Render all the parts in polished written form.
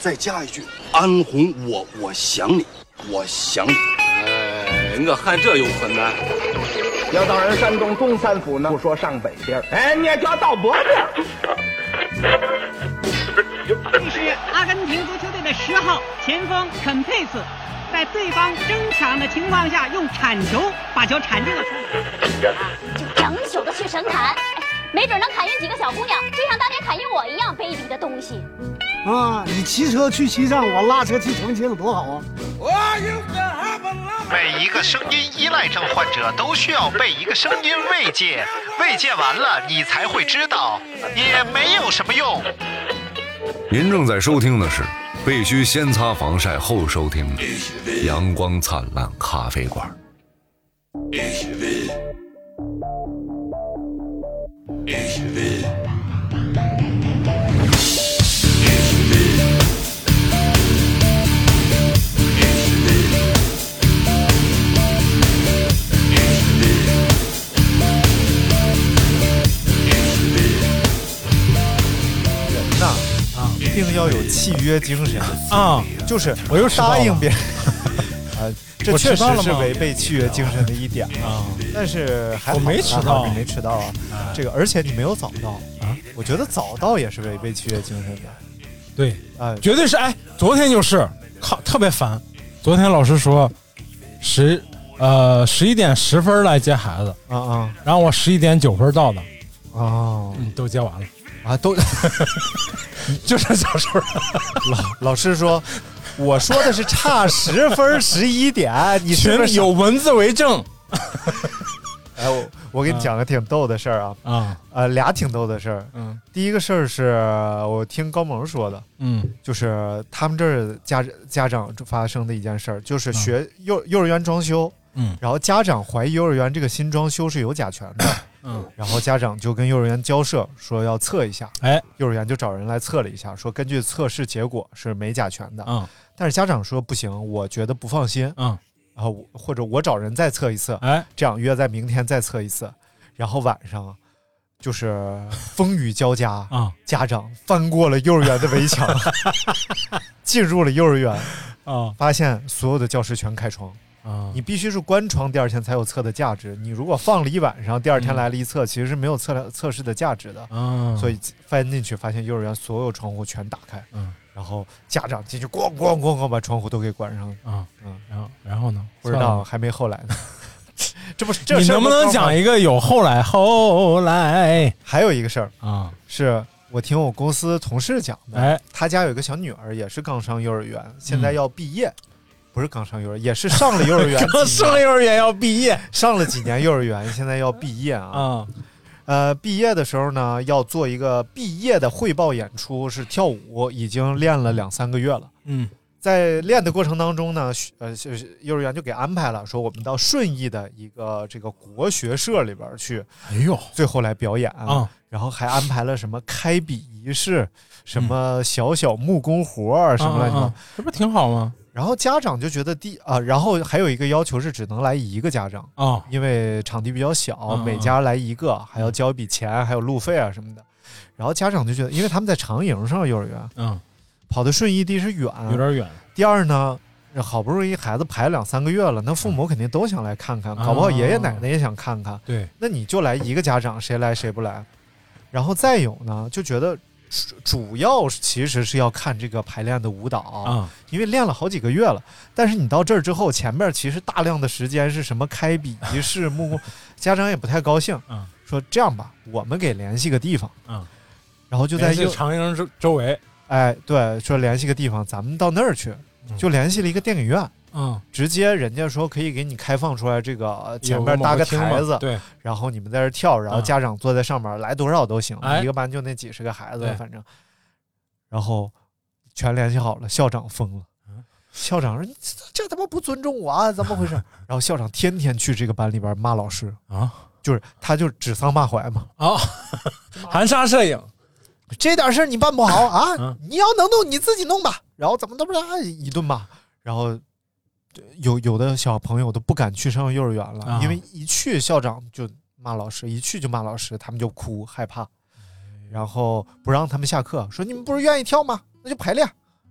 再加一句安红，我想你，我想你。 我看这有困难。 要到人山东东三府呢，不说上北边，你也就要到北边。 这是阿根廷足球队的10号前锋肯佩斯，在对方争抢的情况下，用铲球把球铲进了出门。 就整宿的去神砍，没准能砍晕几个小姑娘，就像当年砍晕我一样卑鄙的东西。 啊，你骑车去西藏，我拉车去重庆，多好啊！ 每一个声音依赖症患者都需要被一个声音慰藉，慰藉完了，你才会知道，也没有什么用。 您正在收听的是必须先擦防晒后收听的阳光灿烂咖啡馆。 一定要有契约精神啊！ 就是我又答应别人这确实是违背契约精神的一点啊。但是还好我没迟到， 你没迟到啊。这个而且你没有早到啊，我觉得早到也是违背契约精神的。 对绝对是。昨天就是特别烦。昨天老师说11点10分来接孩子然后我11点9分到的都接完了啊，都就这小事儿。 老师说，我说的是差10分11点，你是不是有文字为证？ 我给你讲个挺逗的事儿俩挺逗的事儿。第一个事儿是我听高萌说的，就是他们这儿家长发生的一件事儿，就是学幼儿园装修，然后家长怀疑幼儿园这个新装修是有甲醛的。然后家长就跟幼儿园交涉说要测一下，幼儿园就找人来测了一下，说根据测试结果是没甲醛的，但是家长说不行，我觉得不放心，然后或者我找人再测一次，这样约在明天再测一次，然后晚上就是风雨交加，家长翻过了幼儿园的围墙，进入了幼儿园，发现所有的教室全开窗。你必须是关窗，第二天才有测的价值。你如果放了一晚上，第二天来了一测，其实是没有测试的价值的。所以翻进去发现幼儿园所有窗户全打开，然后家长进去咣咣咣咣把窗户都给关上了。 然后呢？ 不知道，还没后来呢。这你能不能讲一个有后来？后来还有一个事儿是我听我公司同事讲的，他家有一个小女儿，也是刚上幼儿园，现在要毕业。不是刚上幼儿园，也是上了幼儿园。 刚上幼儿园要毕业， 上了几年幼儿园，现在要毕业啊。毕业的时候呢，要做一个毕业的汇报演出，是跳舞，已经练了2-3个月了。在练的过程当中呢，幼儿园就给安排了，说我们到顺义的一个这个国学社里边去。最后来表演然后还安排了什么开笔仪式，什么小木工活什么乱七八糟， 这不挺好吗？ 然后家长就觉得然后还有一个要求是只能来一个家长因为场地比较小，每家来一个，还要交一笔钱，还有路费什么的。然后家长就觉得，因为他们在长营上幼儿园，跑到顺义地是远， 有点远。 第二呢，好不容易孩子排2-3个月了，那父母肯定都想来看看，搞不好爷爷奶奶也想看看。 对， 那你就来一个家长，谁来谁不来？然后再有呢，就觉得。主要其实是要看这个排练的舞蹈因为练了好几个月了，但是你到这儿之后，前面其实大量的时间是什么开笔仪式、木工，家长也不太高兴，说这样吧，我们给联系个地方，然后就在长营周围， 对，说联系个地方，咱们到那儿去，就联系了一个电影院。直接人家说可以给你开放出来，这个前面搭个台子， 对， 然后你们在这跳，然后家长坐在上面，来多少都行，一个班就那几十个孩子，反正，然后全联系好了，校长疯了，校长说这他妈不尊重我啊，怎么回事？然后校长天天去这个班里边骂老师就是他就指桑骂槐嘛含沙射影， 这点事你办不好你要能弄你自己弄吧，然后怎么一顿骂，然后。有的小朋友都不敢去上幼儿园了，因为一去校长就骂老师，他们就哭害怕，然后不让他们下课，说你们不是愿意跳吗？那就排练，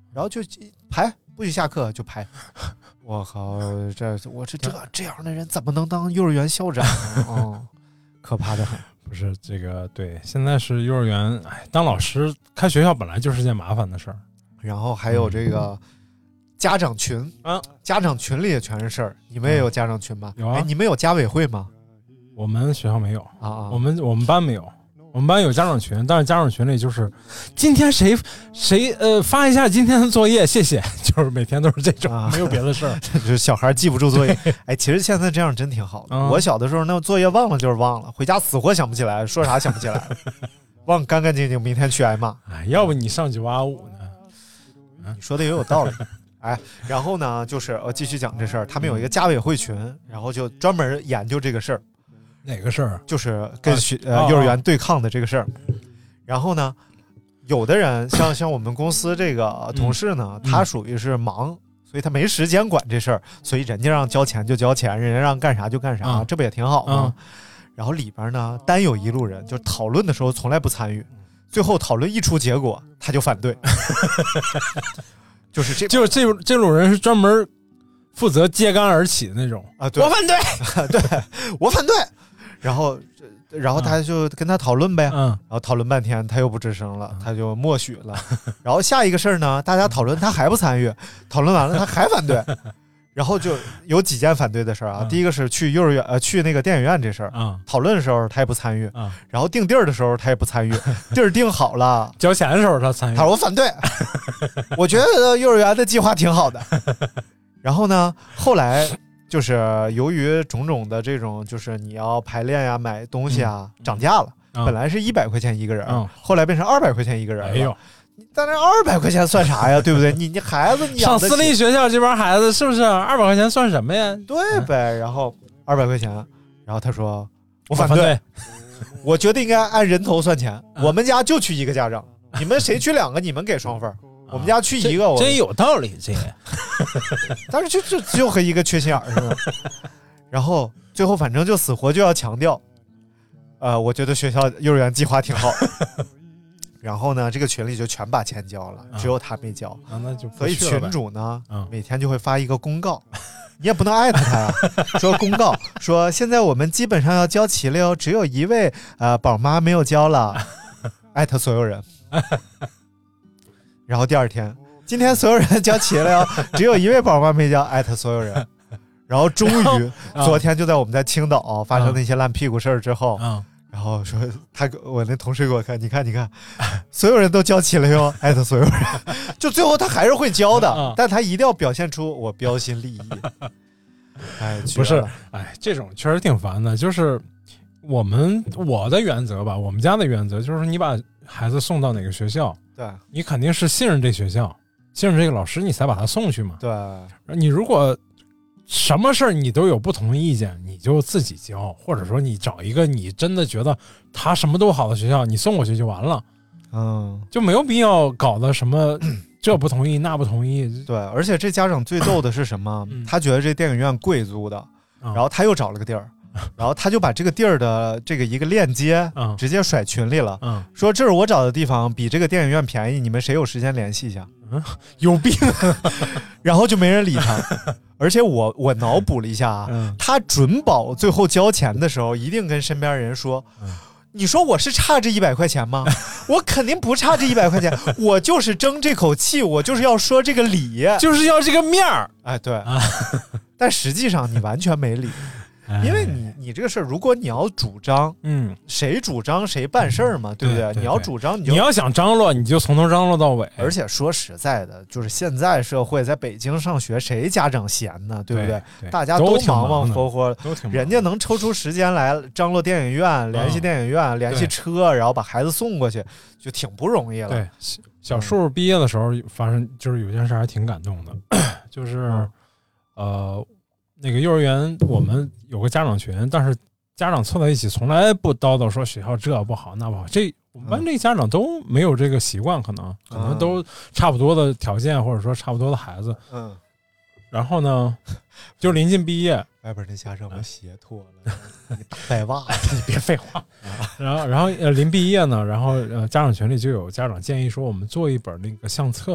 然后就排，不许下课就排。我靠，这样的人怎么能当幼儿园校长呢？哦，可怕的很。 不是这个，对，现在是幼儿园，当老师开学校本来就是件麻烦的事儿。 然后还有这个家长群家长群里也全是事儿。你们也有家长群吗？ 有啊。 你们有家委会吗？ 我们学校没有啊， 我们班没有。我们班有家长群，但是家长群里就是今天谁发一下今天的作业，谢谢，就是每天都是这种，没有别的事儿。 就是小孩记不住作业。其实现在这样真挺好的。我小的时候那作业忘了就是忘了，回家死活想不起来，说啥想不起来，忘干干净净，明天去挨骂。 要不你上985呢？ 你说的也有道理。然后呢，就是继续讲这事儿，他们有一个家委会群，然后就专门研究这个事儿。 哪个事儿？ 就是跟幼儿园对抗的这个事儿。然后呢，有的人像我们公司这个同事呢，他属于是忙，所以他没时间管这事儿，所以人家让交钱就交钱，人家让干啥就干啥，这不也挺好吗？然后里边呢，单有一路人，就是讨论的时候从来不参与，最后讨论一出结果他就反对。就是这种人是专门负责揭竿而起的那种啊！对， 我反对， 对，我反对。然后他就跟他讨论呗，然后讨论半天他又不吱声了，他就默许了。然后下一个事儿呢，大家讨论他还不参与，讨论完了他还反对。然后就有几件反对的事儿啊。第一个是去幼儿园去那个电影院这事儿，讨论的时候他也不参与，然后定地儿的时候他也不参与，地儿定好了交钱的时候他参与， 他说我反对。我觉得幼儿园的计划挺好的。然后呢，后来就是由于种种的这种，就是你要排练呀、买东西啊，涨价了。本来是100块钱一个人，后来变成200块钱一个人了。 哎呦， 但是200块钱算啥呀？对不对？你孩子你上私立学校这帮孩子是不是200块钱算什么呀？ 对呗。然后200块钱，然后他说我反对，我觉得应该按人头算钱。我们家就去一个家长，你们谁去2个，你们给双份。我们家去一个， 真有道理，这个。 但是就和一个缺心眼儿似的。然后最后反正就死活就要强调，我觉得学校幼儿园计划挺好。然后呢，这个群里就全把钱交了，只有他没交。 那就所以群主呢，每天就会发一个公告，你也不能艾特他呀。说公告说现在我们基本上要交齐了哟，只有一位宝妈没有交了，艾特所有人。然后第二天，今天所有人交齐了哟，只有一位宝妈没交，艾特所有人。然后终于昨天就在我们在青岛发生那些烂屁股事儿之后，然后说我那同事给我看，你看，所有人都交齐了哟，艾特所有人。就最后他还是会交的，但他一定要表现出我标新立异。 不是，这种确实挺烦的。就是我的原则吧，我们家的原则就是你把孩子送到哪个学校， 对， 你肯定是信任这学校，信任这个老师，你才把他送去嘛。 对， 你如果什么事儿你都有不同意见，你就自己教，或者说你找一个你真的觉得他什么都好的学校，你送过去就完了。就没有必要搞得什么这不同意那不同意。 对，而且这家长最逗的是什么？他觉得这电影院贵租的，然后他又找了个地儿。然后他就把这个地儿的这个一个链接直接甩群里了，说这是我找的地方，比这个电影院便宜，你们谁有时间联系一下。 有病。 然后就没人理他。而且我脑补了一下啊，他准保最后交钱的时候一定跟身边人说，你说我是差这100块钱吗？我肯定不差这100块钱，我就是争这口气，我就是要说这个理， 就是要这个面儿。 对。但实际上你完全没理。因为你这个事儿，如果你要主张，谁主张谁办事儿嘛，对不对？你要主张， 你要想张罗，你就从头张罗到尾。 而且说实在的，就是现在社会，在北京上学，谁家长闲呢？对不对？大家都忙活活，人家能抽出时间来张罗电影院，联系电影院，联系车，然后把孩子送过去，就挺不容易了。 对，小树毕业的时候发生，就是有件事还挺感动的，就是那个幼儿园我们有个家长群，但是家长凑在一起从来不叨叨说学校这不好那不好，我们班这家长都没有这个习惯，可能都差不多的条件，或者说差不多的孩子。然后呢，就临近毕业， 外边那家长把鞋脱了，你大白袜， 你别废话。然后临毕业呢，然后家长群里就有家长建议说，我们做一本那个相册，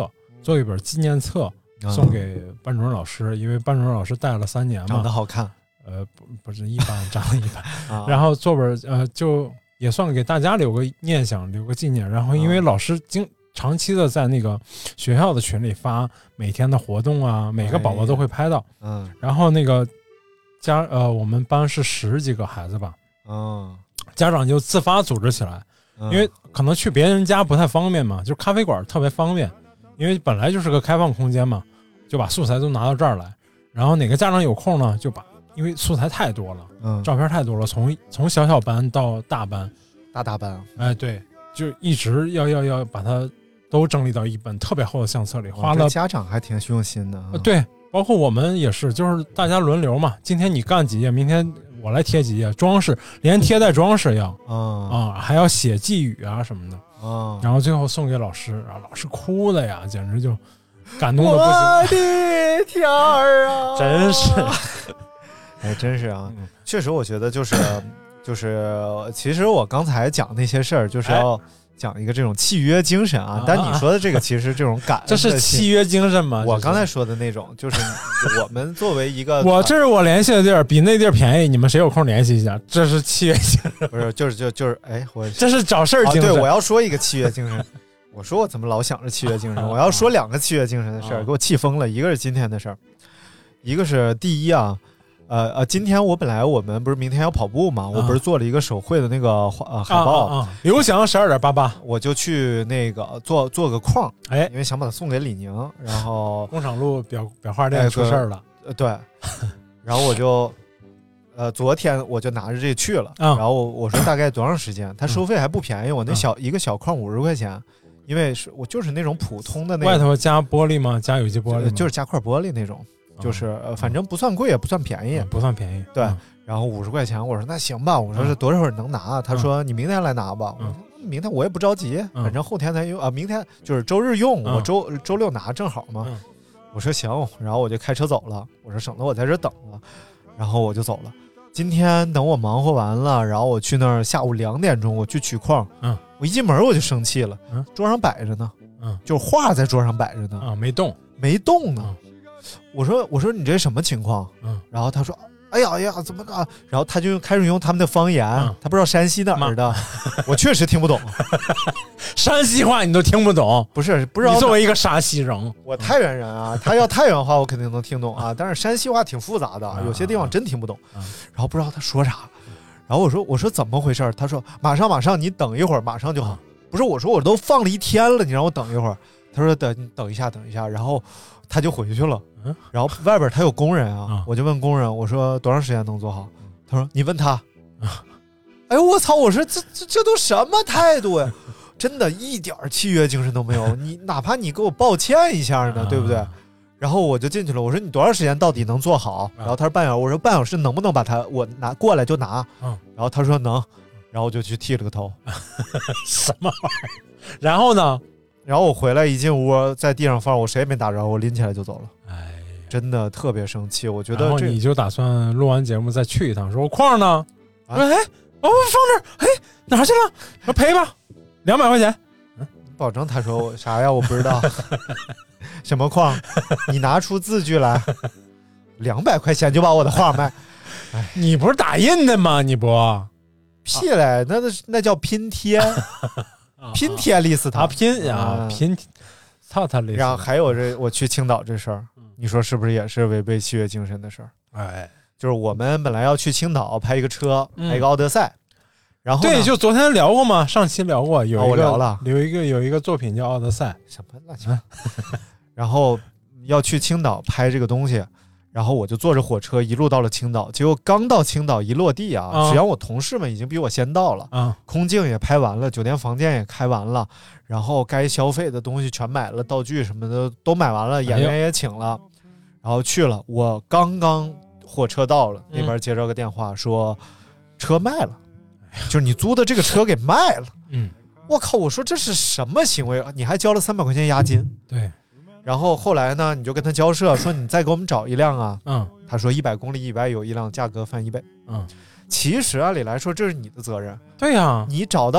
做一本纪念册送给班主任老师，因为班主任老师带了3年嘛， 长得好看， 不是一般，长得一般。然后做本就也算给大家留个念想，留个纪念。然后因为老师长期的在那个学校的群里发每天的活动啊，每个宝宝都会拍到。然后那个我们班是10几个孩子吧，家长就自发组织起来，因为可能去别人家不太方便嘛，就咖啡馆特别方便，因为本来就是个开放空间嘛，就把素材都拿到这儿来。然后哪个家长有空呢，就把，因为素材太多了，照片太多了，从小班到大班， 大班， 对，就一直要把它都整理到一本特别厚的相册里，花了。 家长还挺用心的， 对，包括我们也是，就是大家轮流嘛，今天你干几页，明天我来贴几页，装饰连贴带装饰要还要写寄语啊什么的然后最后送给老师，然后老师哭的呀，简直就感动的不行。 我的天儿啊， 真是， 真是啊，确实我觉得就是，其实我刚才讲那些事儿，就是要讲一个这种契约精神啊。但你说的这个，其实这种感恩， 这是契约精神吗？ 我刚才说的那种，就是我们作为一个， 这是我联系的地儿，比那地儿便宜，你们谁有空联系一下？这是契约精神， 不是，就是，我这是找事儿精神。 对，我要说一个契约精神。我说我怎么老想着契约精神？我要说2个契约精神的事儿，给我气疯了。一个是今天的事儿，一个是第一啊，今天我们不是明天要跑步嘛，我不是做了一个手绘的那个海报， 刘翔12.88， 我就去那个做个框，因为想把它送给李宁，然后工厂路裱画店出事儿了， 对，然后我就昨天我就拿着这去了，然后我说大概多长时间，他收费还不便宜，我那一个小框50块钱。因为我就是那种普通的那种， 外头加玻璃吗？加有机玻璃吗？ 就是加块玻璃那种，就是反正不算贵也不算便宜， 不算便宜。 对，然后50块钱，我说那行吧，我说是多少会儿能拿？他说你明天来拿吧。我说明天我也不着急，反正后天才用啊，明天就是周日用，我周六拿正好嘛。我说行，然后我就开车走了，我说省得我在这等了，然后我就走了。今天等我忙活完了，然后我去那儿，下午2点钟我去取框，我一进门我就生气了，桌上摆着呢，就画在桌上摆着呢， 没动呢。我说你这什么情况？然后他说，哎呀，怎么搞？然后他就开始用他们的方言，他不知道山西哪儿的，我确实听不懂。 山西话你都听不懂？不知道。你作为一个山西人， 我太原人啊，他要太原话我肯定能听懂啊，但是山西话挺复杂的，有些地方真听不懂。然后不知道他说啥，然后我说怎么回事？他说马上，你等一会儿，马上就好。不是，我说我都放了1天了，你让我等一会儿。他说等一下，然后他就回去了。然后外边他有工人啊，我就问工人，我说多长时间能做好？他说你问他。哎呦我操！我说这都什么态度呀？真的一点契约精神都没有。你哪怕你给我抱歉一下呢，对不对？然后我就进去了，我说你多长时间到底能做好？然后他说半小时，我说半小时能不能把我拿过来就拿？然后他说能，然后我就去剃了个头。 什么玩意儿？然后呢？ 然后我回来一进屋，在地上放，我谁也没打着，我拎起来就走了。 哎， 真的特别生气。我觉得然后你就打算录完节目再去一趟，说我框呢？我说放这儿，哪儿去了？说赔吧，200块钱。 保证他说我啥呀？我不知道。什么框？你拿出字据来。200块钱就把我的画卖。 你不是打印的吗？你不？ 屁嘞，那叫拼贴。拼贴利斯塔拼操他利斯。 然后还有我去青岛这事儿，你说是不是也是违背契约精神的事儿？就是我们本来要去青岛拍一个车，拍一个奥德赛，然后对，就昨天聊过嘛，上期聊过， 我聊了， 有一个作品叫奥德赛， 什么乱七八糟。然后要去青岛拍这个东西。然后我就坐着火车一路到了青岛，结果刚到青岛一落地啊，实际上我同事们已经比我先到了，空镜也拍完了，酒店房间也开完了，然后该消费的东西全买了，道具什么的都买完了，演员也请了，然后去了。我刚刚火车到了，那边接着个电话说车卖了，就是你租的这个车给卖了。我靠！我说这是什么行为？你还交了300块钱押金？ 对。 然后后来呢，你就跟他交涉，说你再给我们找一辆啊。他说100公里以外有一辆，价格翻1倍。其实按理来说这是你的责任。 对呀， 你找到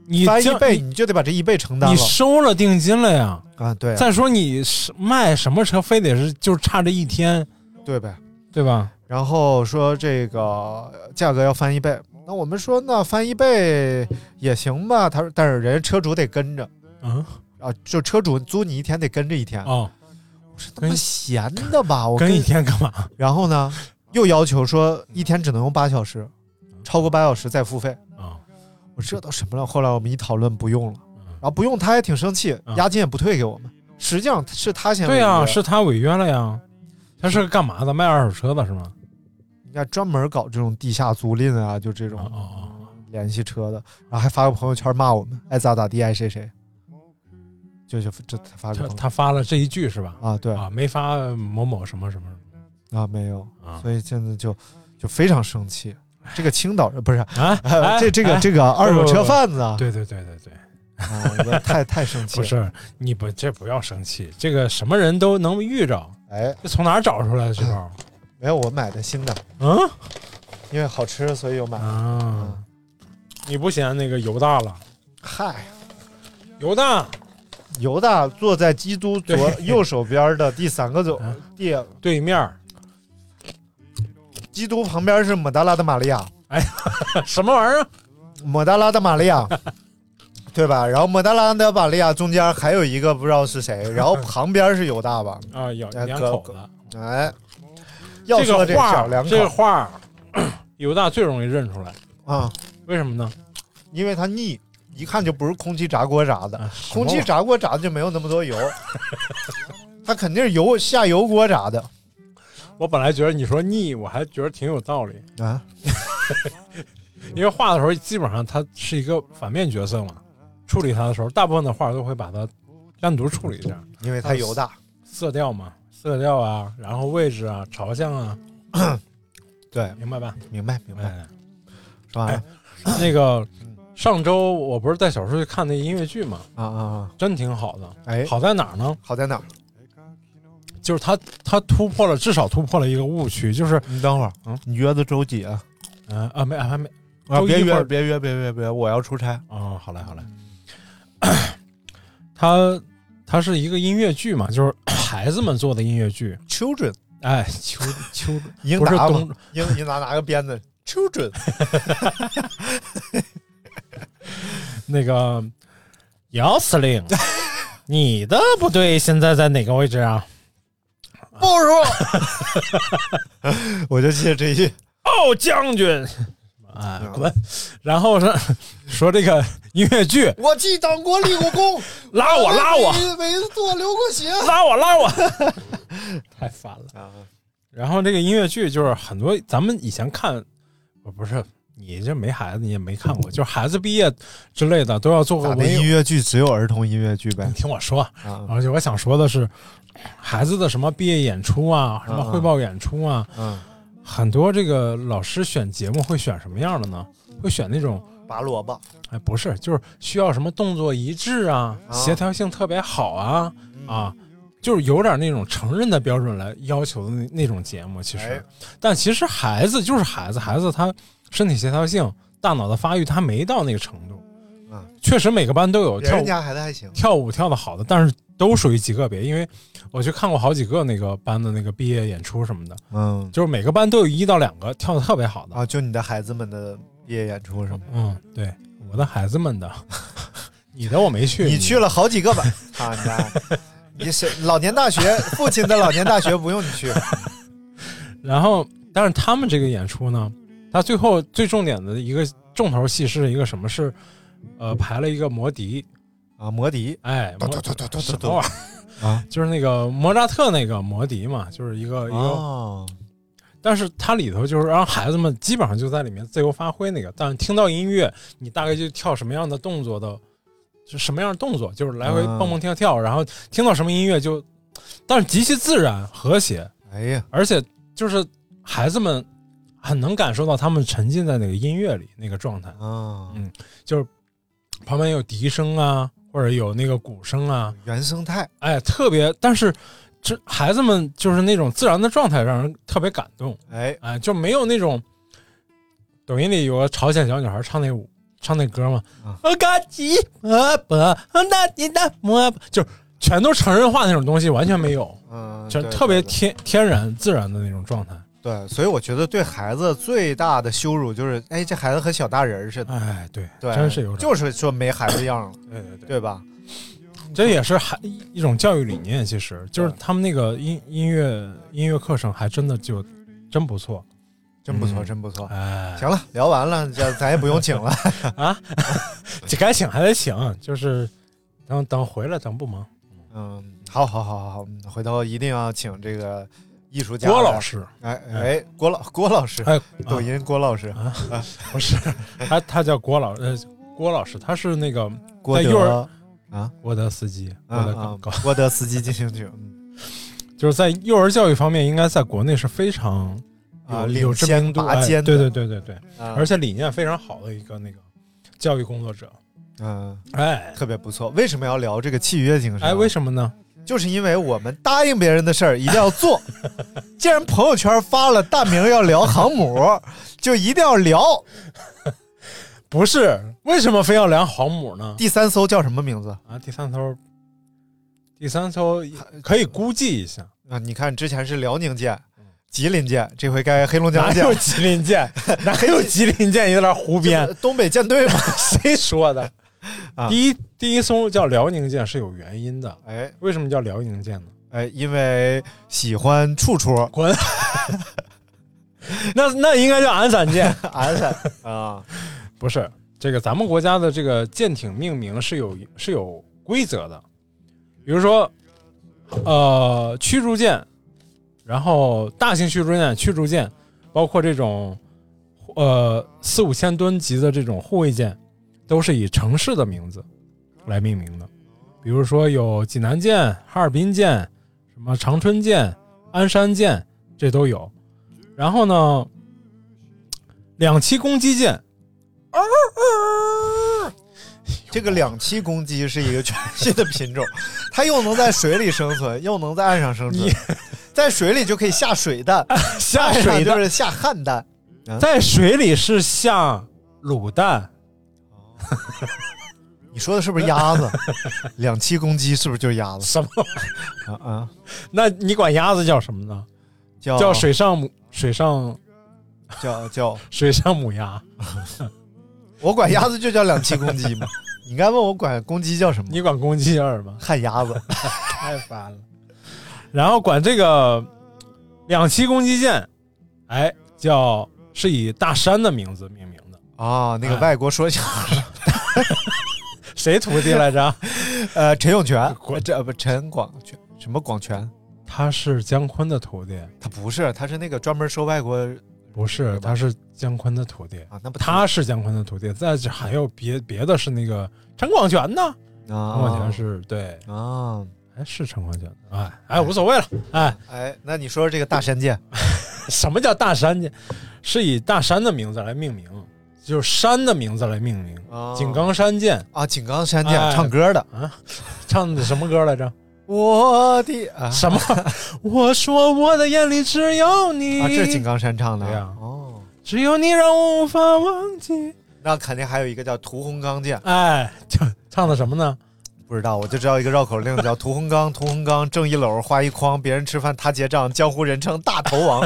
你翻1倍你就得把这1倍承担了， 你收了定金了呀啊，对啊。 再说你卖什么车，非得是就差这1天， 对呗， 对吧？ 然后说这个价格要翻1倍，那我们说那翻1倍也行吧，他说但是人家车主得跟着，就车主租你1天得跟着1天哦。 我说他妈闲的吧，我跟1天干嘛？ 然后呢，又要求说1天只能用8小时，超过8小时再付费啊！ 我这都什么了？后来我们一讨论不用了，然后不用他还挺生气，押金也不退给我们。实际上是他先违约， 对呀，是他违约了呀。他是个干嘛的？卖二手车的是吗？ 应该专门搞这种地下租赁啊，就这种联系车的，然后还发个朋友圈骂我们，爱咋咋地，爱谁谁。就这他发了这一句是吧？ 啊，对啊，没发某某什么什么啊，没有啊，所以现在就非常生气。这个青岛人不是这个二手车贩子啊， 对， 啊，太生气了。 不是你不要生气，这个什么人都能遇着， 哎， 这从哪儿找出来的这包？ 没有，我买的新的，因为好吃，所以有买啊。你不嫌那个油大了？ 嗨，犹大坐在基督右手边的第3个对面， 基督旁边是抹大拉的玛利亚。 哎，什么玩意儿？ 抹大拉的玛利亚，对吧？然后抹大拉的玛利亚中间还有一个不知道是谁，然后旁边是犹大吧？ 啊，有2口子。 哎，要说这小两口， 这个画犹大最容易认出来啊？ 为什么呢？ 因为它腻。一看就不是空气炸锅炸的，空气炸锅炸的就没有那么多油，它肯定是下油锅炸的。 我本来觉得你说腻，我还觉得挺有道理啊， 因为画的时候基本上它是一个反面角色嘛，处理它的时候，大部分的画都会把它单独处理一下， 因为它油大， 色调嘛，色调啊，然后位置啊，朝向啊， 对， 明白吧？ 明白，说完了。 那个。上周我不是带小叔去看那音乐剧嘛？真挺好的。 哎， 好在哪儿呢？ 好在哪儿？ 就是他至少突破了一个误区，就是你等会儿，你约的周几啊？ 没还没。 别约，我要出差。 哦，好嘞。它是一个音乐剧嘛，就是孩子们做的音乐剧。 Children， 哎，Children， 英达嘛，英达拿个鞭子 ，Children。 那个姚司令，你的部队现在在哪个位置啊？ 不说，我就记得这一句。 哦，将军，啊，滚！然后说这个音乐剧， 我记党国立过功， 拉我， 没做流过血， 拉我，太烦了。然后这个音乐剧就是很多咱们以前看，不是。你这没孩子，你也没看过，就是孩子毕业之类的都要做个音乐剧，只有儿童音乐剧呗。 你听我说，而且我想说的是，孩子的什么毕业演出啊，什么汇报演出啊，很多这个老师选节目会选什么样的呢？会选那种拔萝卜， 哎，不是，就是需要什么动作一致啊，协调性特别好啊，就是有点那种成人的标准来要求的那种节目，其实，但其实孩子就是孩子他。身体协调性、大脑的发育，他没到那个程度。确实每个班都有人家孩子还行， 跳舞跳得好的，但是都属于极个别。因为我去看过好几个那个班的那个毕业演出什么的， 就是每个班都有1到2个跳得特别好的啊。就你的孩子们的毕业演出是吗？ 对，我的孩子们的，你的我没去， 你去了好几个吧？你是老年大学，父亲的老年大学不用你去。 然后，但是他们这个演出呢？他最后最重点的一个重头戏是一个什么？是排了一个魔笛啊，魔笛， 哎，什么玩意儿啊？就是那个莫扎特那个魔笛嘛，就是一个，但是它里头就是让孩子们基本上就在里面自由发挥那个，但是听到音乐，你大概就跳什么样的动作的，就什么样的动作，就是来回蹦蹦跳跳，然后听到什么音乐就，但是极其自然和谐， 哎呀， 而且就是孩子们。很能感受到他们沉浸在那个音乐里那个状态就是旁边有笛声啊，或者有那个鼓声啊， 原生态， 哎，特别，但是这孩子们就是那种自然的状态，让人特别感动，哎，就没有那种抖音里有个朝鲜小女孩唱那舞， 唱那歌嘛，嘎叽那你的摸，就全都成人化那种东西完全没有，就特别天然自然的那种状态。 对，所以我觉得对孩子最大的羞辱就是，哎，这孩子和小大人似的。 哎，对， 对， 真是有， 就是说没孩子样了。对吧？ 这也是一种教育理念，其实就是他们那个音乐课程还真的就真不错， 真不错，真不错。 哎， 行了，聊完了，咱也不用请了啊，这该请还得请，就是等回来，等不忙。 好，回头一定要请这个艺术家郭老师。 郭老师，抖音郭老师啊，不是，他叫郭老师，他是那个郭德啊， 郭德斯基， 郭德斯基进行曲， 就是在幼儿教育方面，应该在国内是非常有知名度，对，而且理念非常好的一个那个教育工作者。 特别不错。为什么要聊这个契约精神？ 为什么呢？ 就是因为我们答应别人的事儿一定要做。既然朋友圈发了大明要聊航母，就一定要聊。 不是，为什么非要聊航母呢？ 第三艘叫什么名字啊？第三艘可以估计一下啊。你看之前是辽宁舰、吉林舰，这回该黑龙江舰。 哪有吉林舰？哪有吉林舰？有点胡编。 东北舰队吗？ 谁说的？第一艘叫辽宁舰是有原因的。为什么叫辽宁舰呢？ 因为喜欢处处。 滚。那应该叫鞍山舰。 鞍山啊。 不是，这个咱们国家的这个舰艇命名是有规则的，比如说，驱逐舰，然后大型驱逐舰，包括这种4-5千吨级的这种护卫舰，都是以城市的名字来命名的，比如说有济南舰、哈尔滨舰、什么长春舰、鞍山舰，这都有。然后呢，2栖攻击舰。 这个2栖公鸡是一个全新的品种，它又能在水里生存，又能在岸上生存。在水里就可以下水蛋， 下水就是下旱蛋， 在水里是下卤蛋。 你说的是不是鸭子？2栖公鸡是不是就是鸭子？ 什么？那你管鸭子叫什么呢？叫水上叫水上母鸭。 我管鸭子就叫2栖公鸡嘛。你刚问我管公鸡叫什么？ 你管公鸡叫什么？ 旱鸭子。 太烦了。然后管这个2栖攻击舰，是以大山的名字命名的啊。那个外国说相声， 谁徒弟来着？ 陈永泉，陈广泉，什么广泉？ 他是姜昆的徒弟。 他不是，他是那个专门说外国。 不是，他是姜昆的徒弟啊。那不他是姜昆的徒弟，再还有别的是那个陈广泉呢。陈广泉是对啊， 是陈广泉。无所谓了。 那你说这个大山舰， 什么叫大山舰？是以大山的名字来命名，就是山的名字来命名。井冈山舰啊，井冈山舰唱歌的啊，唱的什么歌来着？ 我的什么？我说我的眼里只有你这是井冈山唱的呀。只有你让我无法忘记。 那肯定还有一个叫屠洪刚舰。 唱的什么呢？ 不知道，我就知道一个绕口令叫屠洪刚，屠洪刚挣一篓花一筐，别人吃饭他结账，江湖人称大头王。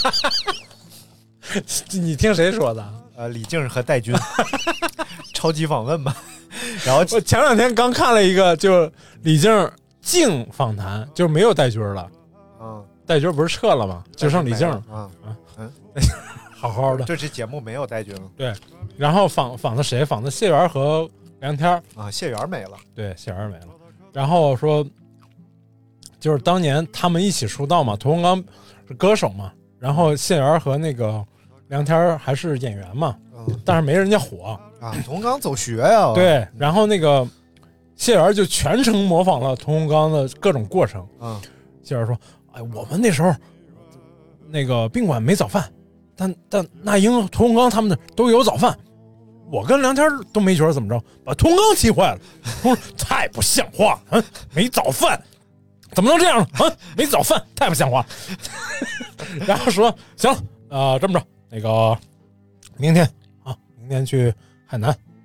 你听谁说的？ 李静和戴军。超级访问吧。然后我前2天刚看了一个，就李静访谈，就没有戴军了。戴军不是撤了吗？就剩李静了。好好的。 这期节目没有戴军了。 对，然后访的谁？访的谢元和梁天啊。谢元没了。 对，谢元没了。然后说，就是当年他们一起出道嘛，屠洪刚是歌手嘛，然后谢元和那个梁天还是演员嘛，但是没人家火啊。屠洪刚走学呀。 对，然后那个。谢元就全程模仿了屠洪刚的各种过程。谢元说：“我们那时候那个宾馆没早饭，但那英、屠洪刚他们的都有早饭，我跟梁天都没觉得怎么着，把屠洪刚气坏了。说太不像话了，没早饭，怎么能这样呢？没早饭，太不像话。然后说行了，这么着，那个明天去海南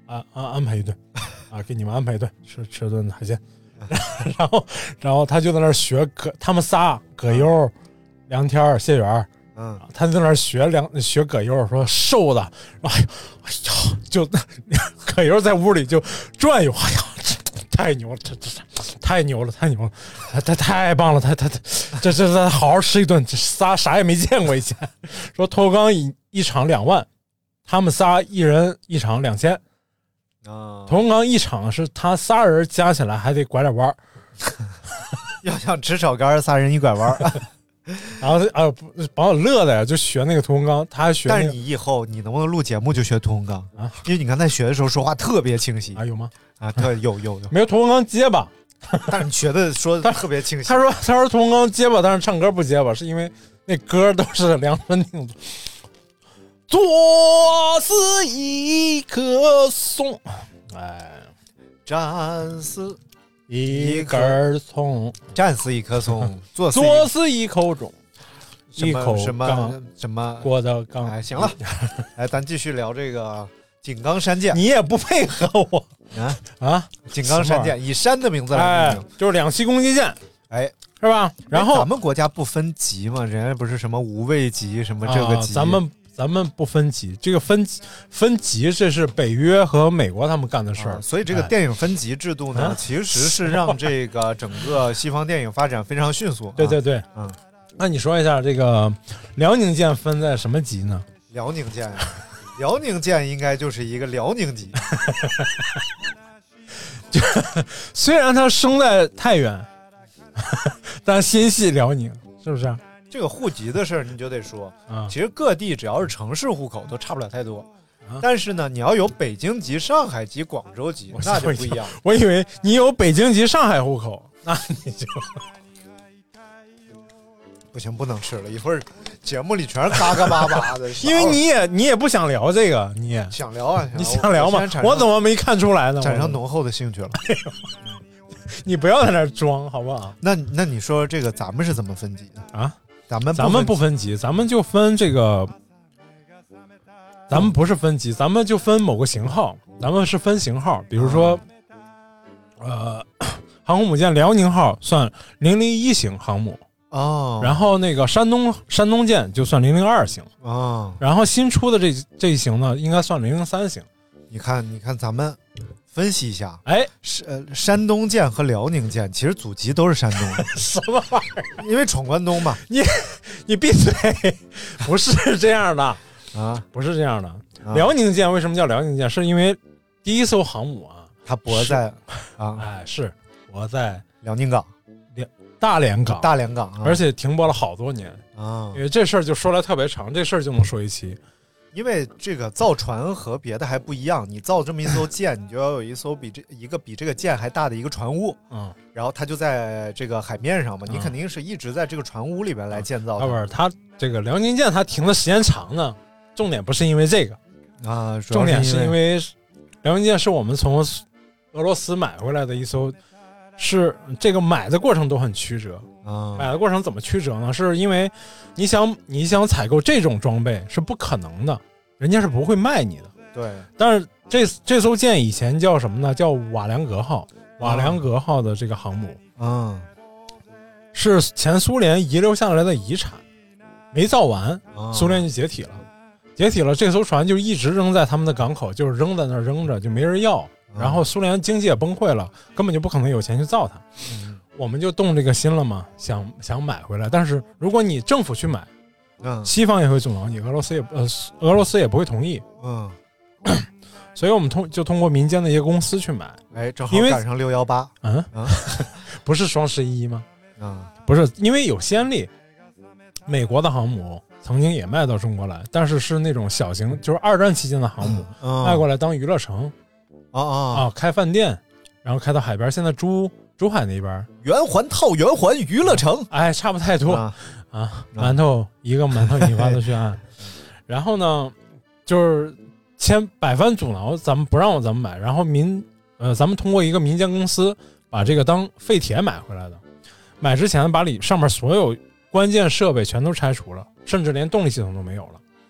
安排一顿啊，给你们安排一顿，吃顿海鲜。然后他就在那儿学他们仨葛优、梁天、谢元，他就在那儿学葛优，说瘦的，哎呀，就葛优在屋里就转悠，哎呀，太牛了，这太牛了，他太棒了，他这好好吃一顿，这仨啥也没见过以前。说脱口钢一场2万，他们仨一人一场2000。脱口钢一场是他仨人加起来还得拐点弯要想吃炒肝，3人一拐弯。 然后把我乐的呀，就学那个屠洪刚，他还学、那个。 但是你以后你能不能录节目就学屠洪刚啊？因为你刚才学的时候说话特别清晰啊，有吗？ 啊，有， 没有屠洪刚结巴， 但是你学的说的特别清晰。 他说屠洪刚结巴，但是唱歌不结巴，是因为那歌都是量身定做。作死一棵松，哎， 战死一根葱， 战死一棵松，作死一口钟，一口什么郭德纲。 哎，行了，哎，咱继续聊这个井冈山涧。 你也不配合我啊！ 井冈山涧以山的名字来命名， 就是2栖攻击舰， 哎， 是吧？然后咱们国家不分级嘛，人家不是什么无畏级什么这个级， 咱们不分级，这个分级这是北约和美国他们干的事儿， 所以这个电影分级制度呢，其实是让这个整个西方电影发展非常迅速。 对，那你说一下这个辽宁舰分在什么级呢？ 辽宁舰应该就是一个辽宁级， 虽然它生在太原，但心系辽宁，是不是？ 这个户籍的事儿你就得说，其实各地只要是城市户口都差不了太多，但是呢，你要有北京籍、上海籍、广州籍，那就不一样。 我以为你有北京籍、上海户口，那你就不行，不能吃了，一会儿节目里全是嘎嘎巴巴的。 因为你也不想聊这个，你也想聊啊？ 你想聊吗？我怎么没看出来呢？ 产生浓厚的兴趣了。 你不要在那装好不好？ 那你说这个咱们是怎么分级的啊？咱们不分级，咱们就分这个，咱们不是分级，咱们就分某个型号，咱们是分型号，比如说，航空母舰辽宁号算001型航母哦， 然后那个山东舰就算002型哦， 然后新出的这一型呢，应该算003型。 你看咱们分析一下， 哎， 山东舰和辽宁舰其实祖籍都是山东的， 什么玩意儿？ 因为闯关东嘛。 你闭嘴，不是这样的啊， 不是这样的。辽宁舰为什么叫辽宁舰？是因为第一艘航母啊， 它泊在是泊在辽宁港、 大连港， 而且停泊了好多年啊。因为这事儿就说来特别长，这事儿就能说一期。 因为这个造船和别的还不一样，你造这么一艘舰，你就要有一艘比这个舰还大的一个船坞，然后它就在这个海面上嘛，你肯定是一直在这个船坞里边来建造的。 不是，它这个辽宁舰它停的时间长呢，重点不是因为这个啊， 重点是因为辽宁舰是我们从俄罗斯买回来的一艘，是这个买的过程都很曲折。买的过程怎么曲折呢？是因为你想采购这种装备是不可能的，人家是不会卖你的。 对， 但是这艘舰以前叫什么呢？叫瓦良格号。瓦良格号的这个航母，是前苏联遗留下来的遗产，没造完，苏联就解体了。解体了，这艘船就一直扔在他们的港口，就是扔在那儿扔着，就没人要。然后苏联经济也崩溃了，根本就不可能有钱去造它。我们就动这个心了嘛，想买回来。但是如果你政府去买，西方也会阻挠你，俄罗斯也不会同意。所以我们就通过民间的一个公司去买。 哎，正好赶上618。 不是双11吗？不是，因为有先例，美国的航母曾经也卖到中国来，但是那种小型，就是2战期间的航母，卖过来当娱乐城开饭店，然后开到海边。现在珠海那边圆环娱乐城， 哎，差不太多馒头一个馒头引发的血案。然后呢，就是百般阻挠，咱们不让咱们买。然后咱们通过一个民间公司把这个当废铁买回来的。买之前把上面所有关键设备全都拆除了，甚至连动力系统都没有了。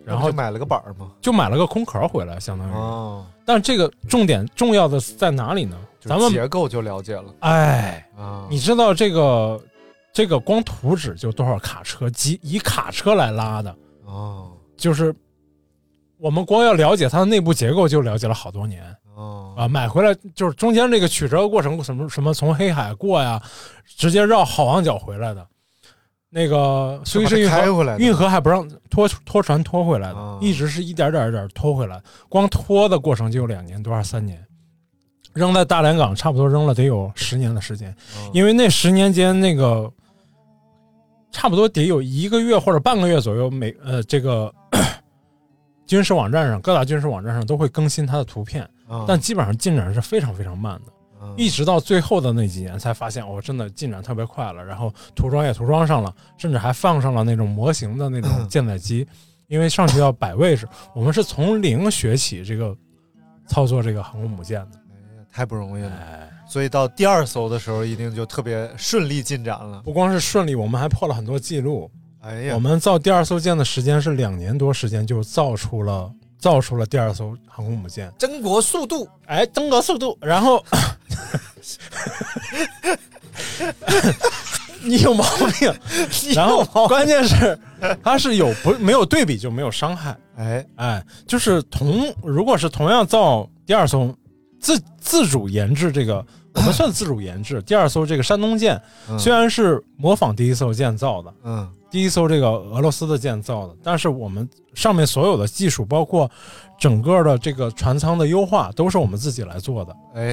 然后就买了个板嘛， 就买了个空壳回来，相当于。 哦， 但这个重要的在哪里呢？咱们结构就了解了。 哎，你知道这个光图纸就多少卡车，以卡车来拉的哦， 就是我们光要了解它的内部结构就了解了好多年哦啊，买回来就是中间这个曲折过程，什么从黑海过呀，直接绕好望角回来的。那个苏伊士运河还不让拖船拖回来的，一直是一点点拖回来，光拖的过程就有2年多3年，扔在大连港差不多扔了得有10年的时间，因为那10年间那个差不多得有1个月或者半个月左右，这个军事网站上各大军事网站上都会更新它的图片，但基本上进展是非常非常慢的。一直到最后的那几年才发现，真的进展特别快了，然后涂装也涂装上了，甚至还放上了那种模型的那种舰载机，因为上去要摆位置，我们是从零学起这个操作这个航空母舰的， 太不容易了。所以到第2艘的时候，一定就特别顺利进展了。 不光是顺利，我们还破了很多记录。 哎呀， 我们造第2艘舰的时间是2年多时间，就造出了第2艘航空母舰， 增国速度， 增国速度，然后。你有毛病，然后关键是它是没有对比就没有伤害，就是如果是同样造第2艘自主研制这个，我们算自主研制第2艘这个山东舰，虽然是模仿第1艘舰造的，第1艘这个俄罗斯的舰造的，但是我们上面所有的技术，包括整个的这个船舱的优化，都是我们自己来做的，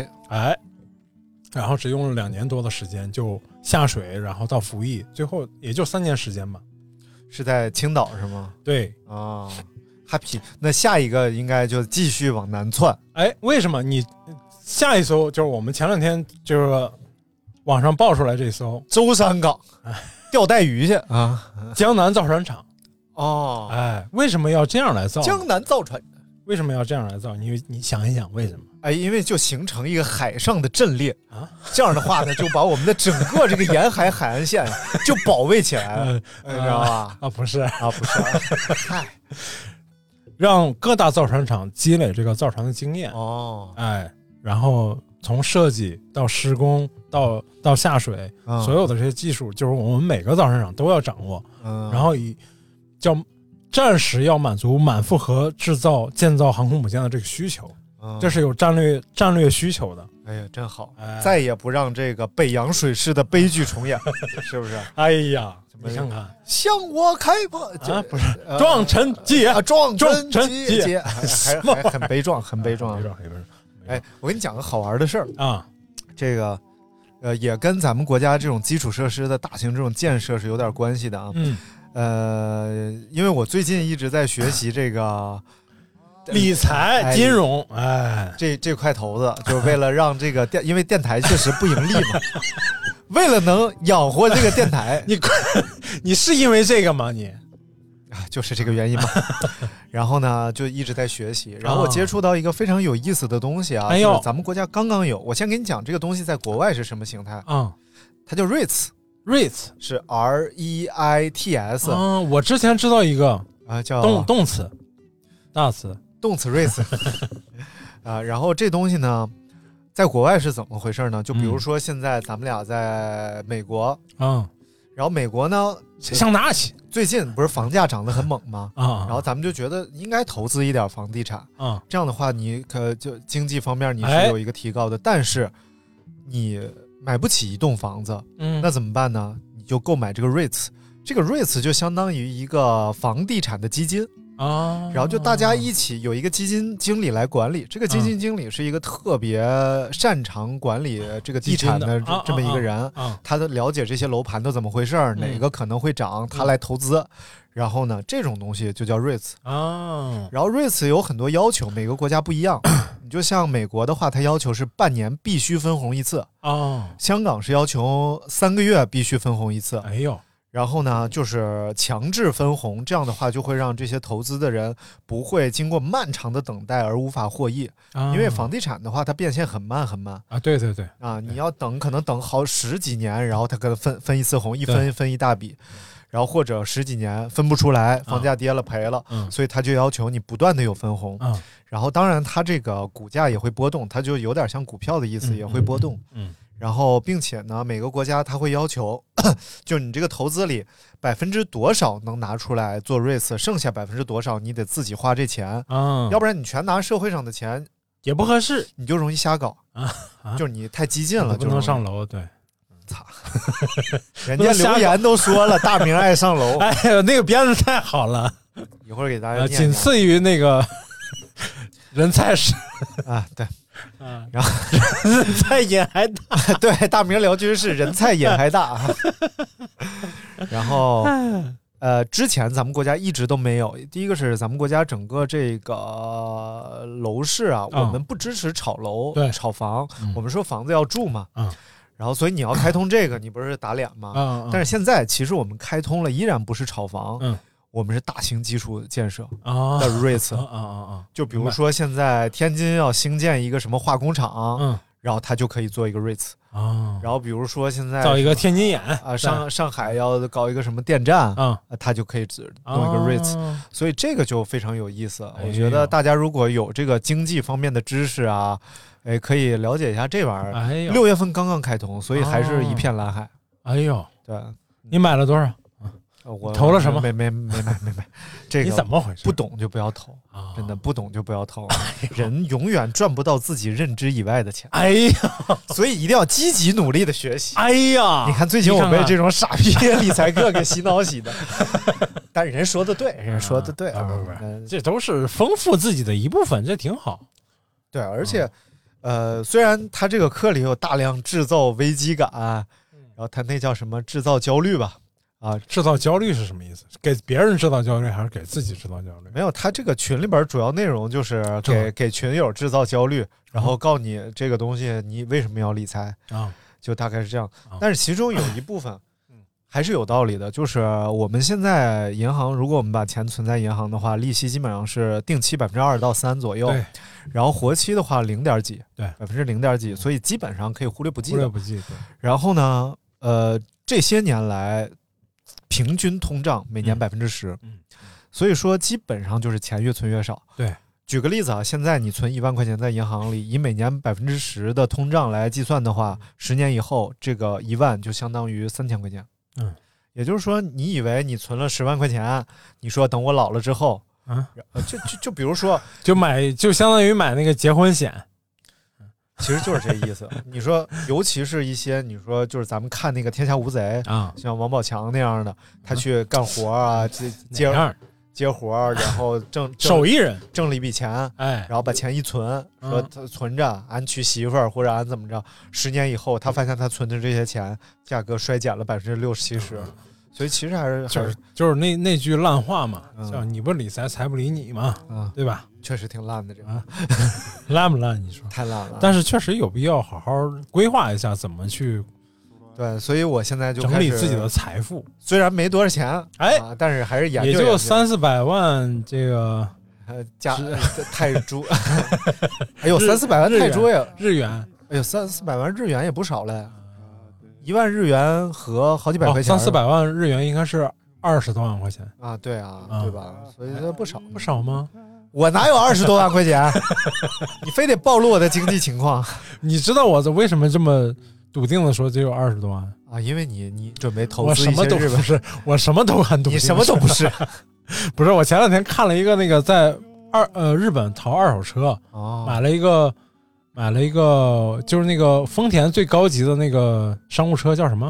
然后只用了2年多的时间就下水，然后到服役，最后也就3年时间吧。 是在青岛是吗？ 对啊，happy。那下一个应该就继续往南窜。 为什么你下一艘就是我们前2天就是网上爆出来这艘舟山港钓带鱼去啊， 江南造船厂。为什么要这样来造？ 江南造船为什么要这样来造？你想一想为什么？ 因为就形成一个海上的阵列啊，这样的话呢，就把我们的整个这个沿海海岸线就保卫起来了，你知道吧？ 不是， 嗨， 让各大造船厂积累这个造船的经验然后从设计到施工到下水，所有的这些技术，就是我们每个造船厂都要掌握，然后暂时要满足满负荷建造航空母舰的这个需求。这是有战略需求的。 哎呀，真好！再也不让这个北洋水师的悲剧重演，是不是？ 哎呀，你看看， 向我开炮不是撞沉机撞沉机，还很悲壮，很悲壮。我跟你讲个好玩的事儿啊， 这个也跟咱们国家这种基础设施的大型这种建设是有点关系的啊。因为我最近一直在学习这个。 理财金融， 这块头子就是为了让这个因为电台确实不盈利嘛，为了能养活这个电台， 你是因为这个吗？你就是这个原因嘛。然后呢，就一直在学习，然后我接触到一个非常有意思的东西啊，就是咱们国家刚刚有。我先给你讲这个东西在国外是什么形态它叫 REITs 是 REITS 我之前知道一个叫动词大词。 动词 REITs 然后这东西呢在国外是怎么回事呢？就比如说现在咱们俩在美国然后美国呢上哪去？ 最近不是房价涨得很猛吗？然后咱们就觉得应该投资一点房地产这样的话你就经济方面你是有一个提高的，但是你买不起一栋房子那怎么办呢？你就购买这个 REITs， 这个 REITs 就相当于一个房地产的基金然后就大家一起有一个基金经理来管理，这个基金经理是一个特别擅长管理这个地产的这么一个人，他都了解这些楼盘都怎么回事哪个可能会涨，他来投资。然后呢，这种东西就叫 REITs 然后 REITs 有很多要求，每个国家不一样。你就像美国的话，它要求是半年必须分红一次香港是要求3个月必须分红一次。然后呢，就是强制分红，这样的话就会让这些投资的人不会经过漫长的等待而无法获益因为房地产的话，它变现很慢很慢对你要可能等好10几年，然后它可能分一次红，一分一大笔。 然后或者10几年分不出来，房价跌了赔了，所以他就要求你不断的有分红。然后当然它这个股价也会波动，它就有点像股票的意思，也会波动。然后并且呢，每个国家它会要求，就你这个投资里多少能拿出来做 REITs， 剩下多少你得自己花这钱，要不然你全拿社会上的钱也不合适， 你就容易瞎搞就是你太激进了， 不能上楼。对， 操，人家留言都说了，大明爱上楼。 哎呦，那个编的太好了， 一会儿给大家念念仅次于那个人才是啊，对。然后人菜瘾还大， 对，大明聊军事，人菜瘾还大。然后之前咱们国家一直都没有。第一个是咱们国家整个这个楼市啊，我们不支持炒楼、炒房，我们说房子要住嘛。然后所以你要开通这个，你不是打脸吗？但是现在其实我们开通了，依然不是炒房。我们是大型基础建设的 REITs 就比如说现在天津要兴建一个什么化工厂，然后它就可以做一个 REITs 然后比如说现在造一个天津眼啊，上海要搞一个什么电站它就可以弄一个 REITs 所以这个就非常有意思。我觉得大家如果有这个经济方面的知识啊，可以了解一下这玩意儿。6月份刚刚开通，所以还是一片蓝海。 哎呦， 对， 你买了多少？ 我投了什么？ 没，这个你怎么回事？ 不懂就不要投，真的不懂就不要投。人永远赚不到自己认知以外的钱。 哎呀， 所以一定要积极努力的学习。 哎呀， 你看最近我被这种傻逼理财课给洗脑洗的。但人说的对，人说的对不，这都是丰富自己的一部分，这挺好。 对，而且虽然他这个课里有大量制造危机感，然后他那叫什么制造焦虑吧。 制造焦虑是什么意思？给别人制造焦虑还是给自己制造焦虑？ 没有，他这个群里边主要内容就是给群友制造焦虑，然后告诉你这个东西你为什么要理财就大概是这样。但是其中有一部分还是有道理的，就是我们现在银行，如果我们把钱存在银行的话，利息基本上是定期2%到3%左右，然后活期的话0.几，对，0.几，所以基本上可以忽略不计的。 对。 然后呢，这些年来。平均通胀每年10%，所以说基本上就是钱越存越少。 对， 举个例子啊，现在你存1万块钱在银行里，以每年10%的通胀来计算的话，10年以后这个1万就相当于3000块钱。也就是说，你以为你存了10万块钱，你说等我老了之后，就比如说， 就相当于买那个结婚险。 其实就是这意思。你说，尤其是一些你说就是咱们看那个《天下无贼》像王宝强那样的，他去干活啊，接活，然后手艺人挣了一笔钱，然后把钱一存，说他存着，俺娶媳妇儿或者俺怎么着，10年以后他发现他存的这些钱价格衰减了60%-70%，所以其实还是就是那句烂话嘛，叫你不理财，财不理你嘛，对吧？ 确实挺烂的这个， 烂不烂？你说太烂了。 但是确实有必要好好规划一下怎么去。 对，所以我现在就整理自己的财富， 虽然没多少钱，但是还是研究， 也就300-400万这个加泰铢。哎呦，300-400万泰铢呀， 日元， 哎呦，300-400万日元也不少嘞，1万日元和好几百块钱 ，300-400万日元应该是20多万块钱啊，对啊，对吧？所以这不少吗？ 我哪有20多万块钱？你非得暴露我的经济情况。 你知道我为什么这么笃定的说只有20多万啊？因为你准备投资一些日本， 我什么都不是，我什么都敢笃定， 你什么都不是。 不是，我前两天看了一个那个在日本淘二手车，买了一个就是那个丰田最高级的那个商务车叫什么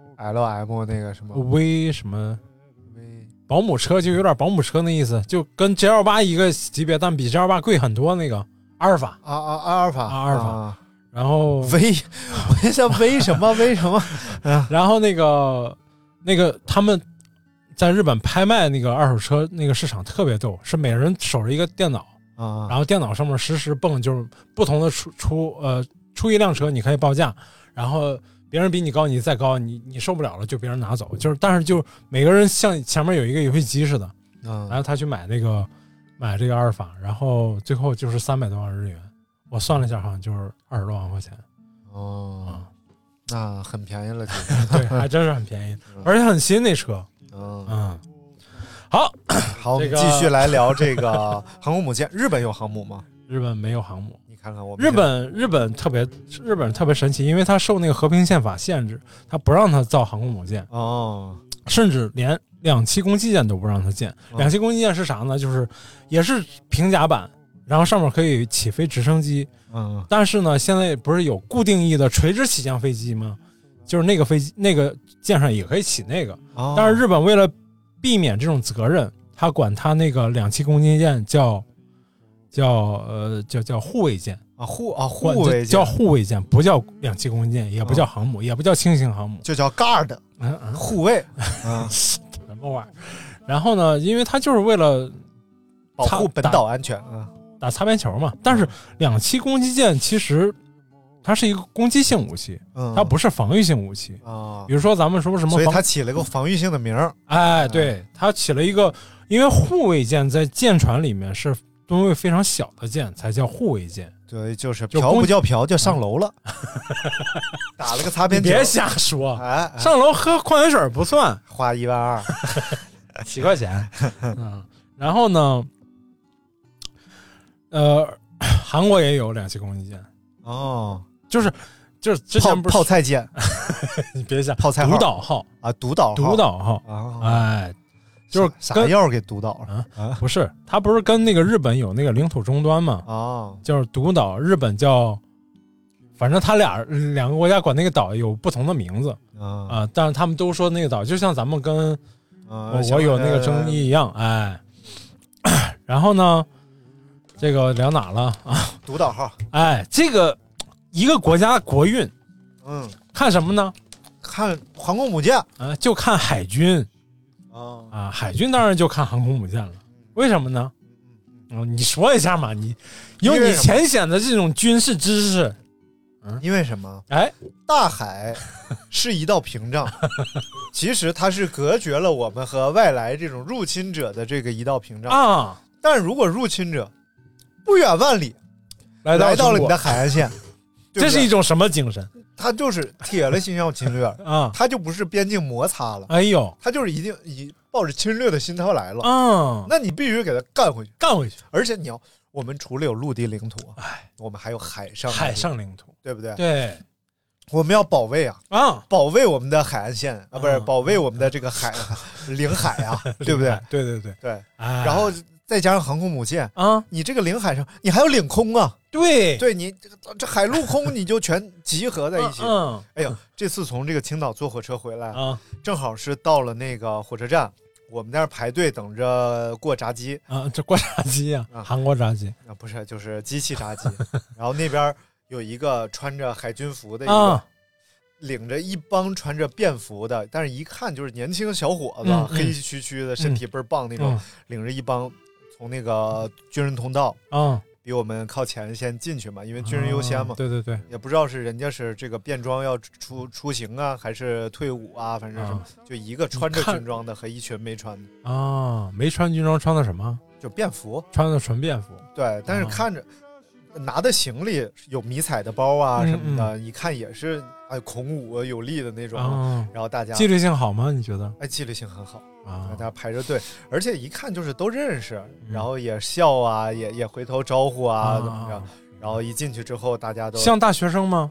？LM 那个什么 V 什么？保姆车，就有点保姆车那意思，就跟 GL8 一个级别，但比 GL8 贵很多。那个阿尔法阿尔法， 然后我在想为什么？ 然后那个他们在日本拍卖那个二手车那个市场特别逗，是每人手着一个电脑然后电脑上面实时蹦，就是不同的出一辆车你可以报价，然后别人比你高，你再高，你受不了了，就别人拿走。但是就每个人像前面有一个游戏机似的，然后他去买这个阿尔法，然后最后就是300多万日元，我算了一下，好像就是20多万块钱。 那很便宜了， 对，还真是很便宜，而且很新那车。 好， 我们继续来聊这个航空母舰。日本有航母吗？ 日本没有航母。 你看看我们日本特别神奇，因为它受那个和平宪法限制，它不让它造航空母舰甚至连两栖攻击舰都不让它建。两栖攻击舰是啥呢？就是也是平甲板，然后上面可以起飞直升机。但是呢，现在不是有固定翼的垂直起降飞机吗？就是那个飞机那个舰上也可以起那个。但是日本为了避免这种责任，他管他那个两栖攻击舰叫护卫舰护卫舰叫护卫舰，不叫两栖攻击舰，也不叫航母，也不叫轻型航母， 就叫 guard 护卫什么玩意儿？然后呢，因为它就是为了保护本岛安全打擦边球嘛。但是两栖攻击舰其实它是一个攻击性武器，它不是防御性武器比如说咱们说什么， 所以它起了个防御性的名儿。 对，它起了一个，因为护卫舰在舰船里面是吨位非常小的舰才叫护卫舰。 对，就是嫖不叫嫖，就上楼了，打了个擦边球。 别瞎说，上楼喝矿泉水不算， 花12000 ，7块钱。然后呢，韩国也有两栖攻击舰就是之前不是泡菜舰， 你别想泡菜号独岛号独岛号就是啥药给独岛了不是，它不是跟那个日本有那个领土终端吗？就是独岛，日本叫，反正他两个国家管那个岛有不同的名字但是他们都说那个岛就像咱们跟我有那个争议一样。然后呢，这个聊哪了独岛号。 这个一个国家国运看什么呢？ 看航空母舰就看海军海军当然就看航空母舰了。为什么呢？你说一下嘛，你有你浅显的这种军事知识。 因为什么？大海是一道屏障，其实它是隔绝了我们和外来这种入侵者的这个一道屏障但如果入侵者不远万里来到了你的海岸线， 这是一种什么精神？ 他就是铁了心要侵略他就不是边境摩擦了，他就是一定抱着侵略的心态来了那你必须给他干回去。而且我们除了有陆地领土我们还有海上领土， 对不对？ 对， 我们要保卫保卫我们的海岸线不是保卫我们的这个领海对不对？ 对然后再加上航空母舰你这个领海上你还有领空对你这海陆空你就全集合在一起这次从这个青岛坐火车回来正好是到了那个火车站，我们在那排队等着过闸机这过闸机韩国闸机不是，就是机器闸机然后那边有一个穿着海军服的一个领着一帮穿着便服的，但是一看就是年轻小伙子黑黢黢的身体倍儿棒那种领着一帮从那个军人通道比我们靠前先进去嘛，因为军人优先嘛对也不知道是人家是这个便装要出行还是退伍反正什么就一个穿着军装的和一群没穿的没穿军装穿的什么？ 就便服， 穿的纯便服。 对，但是看着拿的行李有迷彩的包什么的一看也是孔武有力的那种然后大家纪律性好吗？你觉得？ 纪律性很好大家排着队，而且一看就是都认识然后也笑也回头招呼怎么着然后一进去之后大家都像大学生吗？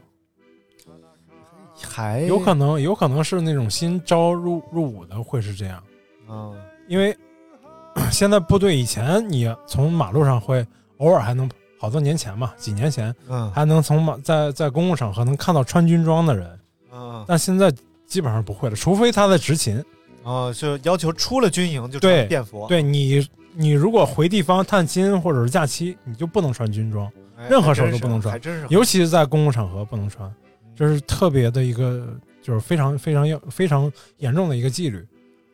还有可能是那种新招入伍的会是这样因为现在部队以前你从马路上会偶尔还能好多年前嘛，几年前还能在公共场合能看到穿军装的人但现在基本上不会了，除非他在执勤就要求出了军营就穿便服。 对你如果回地方探亲或者是假期你就不能穿军装任何时候都不能穿，尤其是在公共场合不能穿，这是特别的一个就是非常非常非常严重的一个纪律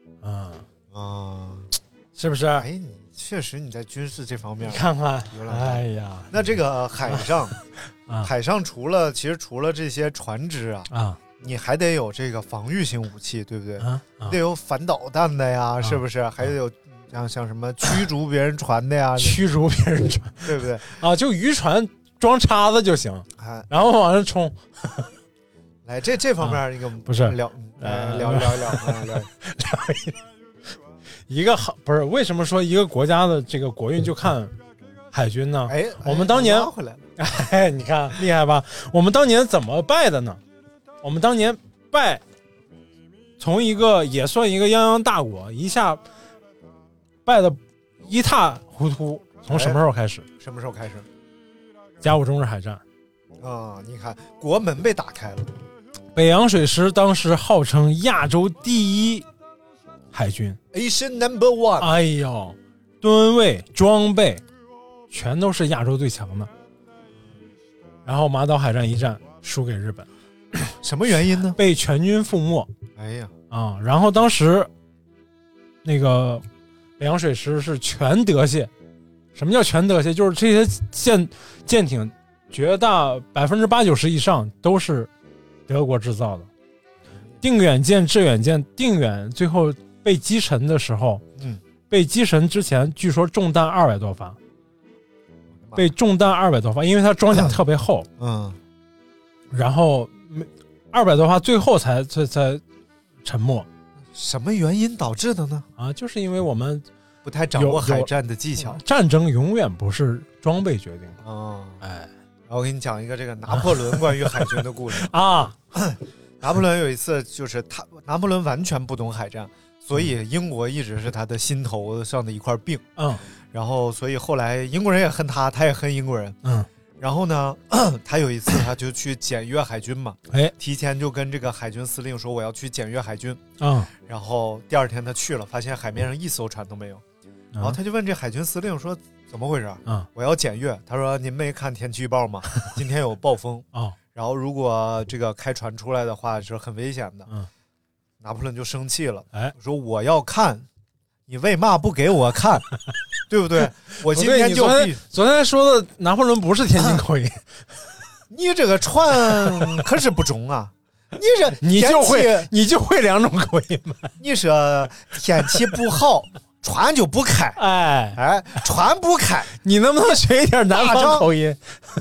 是不是？ 你确实你在军事这方面你看看那这个海上除了这些船只你还得有这个防御性武器对不对你得有反导弹的呀是不是还得有像什么驱逐别人船的呀驱逐别人船对不对就渔船装叉子就行然后往上冲来这方面一个不是聊一个好不是为什么说一个国家的这个国运就看海军呢？我们当年回来了， 你看厉害吧？我们当年怎么败的呢？我们当年败，从一个也算一个泱泱大国，一下败的一塌糊涂。从什么时候开始？ 什么时候开始？ 甲午中日海战啊！你看，国门被打开了。 北洋水师当时号称亚洲第一海军 ，Asian No.1。 哎呦，吨位、装备全都是亚洲最强的。然后马岛海战一战输给日本， 什么原因呢？ 被全军覆没。 哎呀啊！然后当时那个北洋水师是全德械。什么叫全德械？就是这些舰艇绝大80%-90%以上都是德国制造的。定远舰、致远舰，定远最后被击沉的时候，被击沉之前据说中弹200多发，被中弹200多发，因为它装甲特别厚，然后200多发，最后才沉没。 什么原因导致的呢？ 啊，就是因为我们不太掌握海战的技巧， 战争永远不是装备决定的。 然后我给你讲一个这个拿破仑关于海军的故事啊。 拿破仑有一次就是拿破仑完全不懂海战，所以英国一直是他的心头上的一块病。然后所以后来英国人也恨他，他也恨英国人。然后呢，他有一次他就去检阅海军嘛，提前就跟这个海军司令说我要去检阅海军。然后第二天他去了，发现海面上一艘船都没有。然后他就问这海军司令说怎么回事？我要检阅。他说您没看天气预报吗？今天有暴风然后如果这个开船出来的话是很危险的。拿破仑就生气了，说我要看，你为嘛不给我看？对不对？我今天就昨天说的拿破仑不是天津口音。 你这个船可是不中啊！ 你就会2种口音吗？ 你说天气不好。船就不开，船不开， 你能不能学一点南方口音？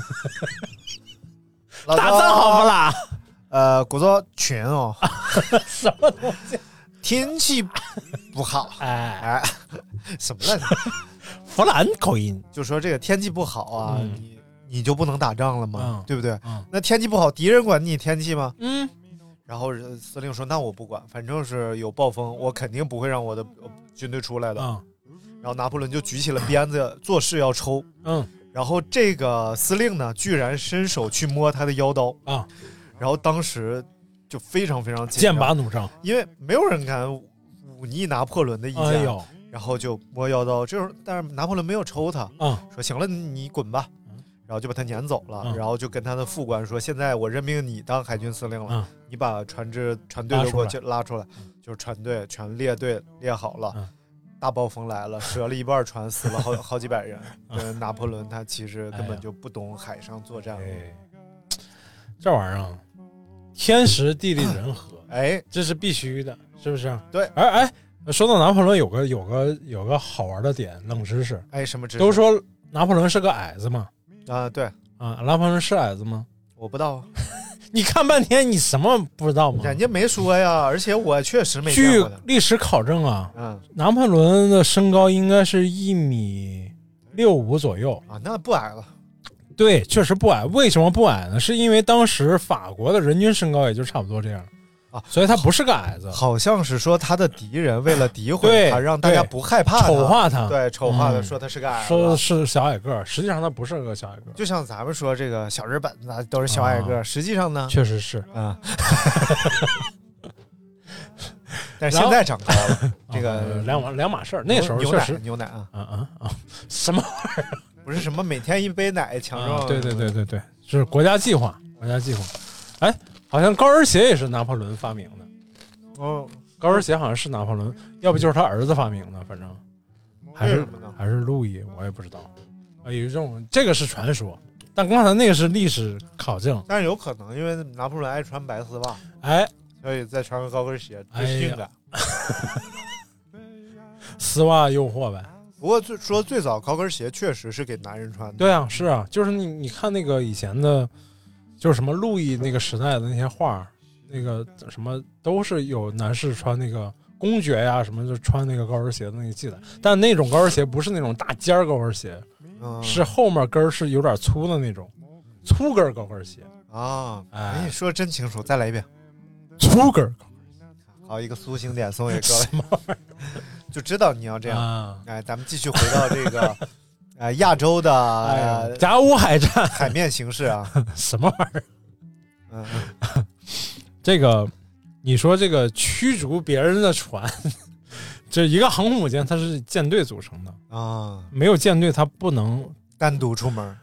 打仗好不啦？ 鼓作群哦， 什么东西？ 天气不好，什么来着？ 弗兰口音， 就说这个天气不好啊，你就不能打仗了吗？对不对？那天气不好，敌人管你天气吗？然后司令说那我不管，反正是有暴风，我肯定不会让我的军队出来的。然后拿破仑就举起了鞭子做事要抽。然后这个司令呢居然伸手去摸他的腰刀。然后当时就非常非常紧张， 剑拔弩张，因为没有人敢忤逆拿破仑的意见。然后就摸腰刀，但是拿破仑没有抽他。说行了你滚吧。然后就把他撵走了。然后就跟他的副官说现在我任命你当海军司令了。你把船队都给我拉出来。就是船队全列队列好了。大暴风来了，折了一半船，死了好几百人。拿破仑他其实根本就不懂海上作战。 这玩意儿天时地利人和，这是必须的，是不是？ 对。 说到拿破仑有个好玩的点，冷知识。 什么知识？ 都说拿破仑是个矮子嘛。 对。 拿破仑是矮子吗？ 我不知道啊。 你看半天，你什么不知道吗？ 人家没说呀，而且我确实没见过的。 据历史考证啊，拿破仑的身高应该是1.65米左右啊，那不矮了。 对，确实不矮。为什么不矮呢？是因为当时法国的人均身高也就差不多这样所以他不是个矮子。 好像是说他的敌人为了诋毁他，让大家不害怕他， 丑化他， 丑化的说他是个矮子， 说是小矮个，实际上他不是个小矮个。 就像咱们说这个小日本子都是小矮个，实际上呢， 确实是但是现在长高了，这个两码事儿。那时候确实牛奶什么玩意儿？ 不是什么每天一杯奶强壮。 对，是国家计划。好像高跟鞋也是拿破仑发明的。高跟鞋好像是拿破仑，要不就是他儿子发明的，反正还是路易，我也不知道。有一种这个是传说，但刚才那个是历史考证。 但是有可能，因为拿破仑爱穿白丝袜，所以再穿个高跟鞋最性感。 丝袜诱惑呗。 不过最早高跟鞋确实是给男人穿的。 对啊，是啊，就是你看那个以前的。就是什么路易那个时代的那些画，那个什么都是有男士穿那个公爵呀什么就穿那个高跟鞋的那个记载，但那种高跟鞋不是那种大尖高跟鞋，是后面跟是有点粗的那种粗跟高跟鞋啊。哎，你说真清楚，再来一遍。 粗跟高跟鞋， 好，一个苏醒点送给各位，就知道你要这样。啊、哎，咱们继续回到这个亚洲的甲午海战海面形势啊， 什么玩意儿？这个你说这个驱逐别人的船，这一个航空母舰它是舰队组成的啊，没有舰队它不能单独出门，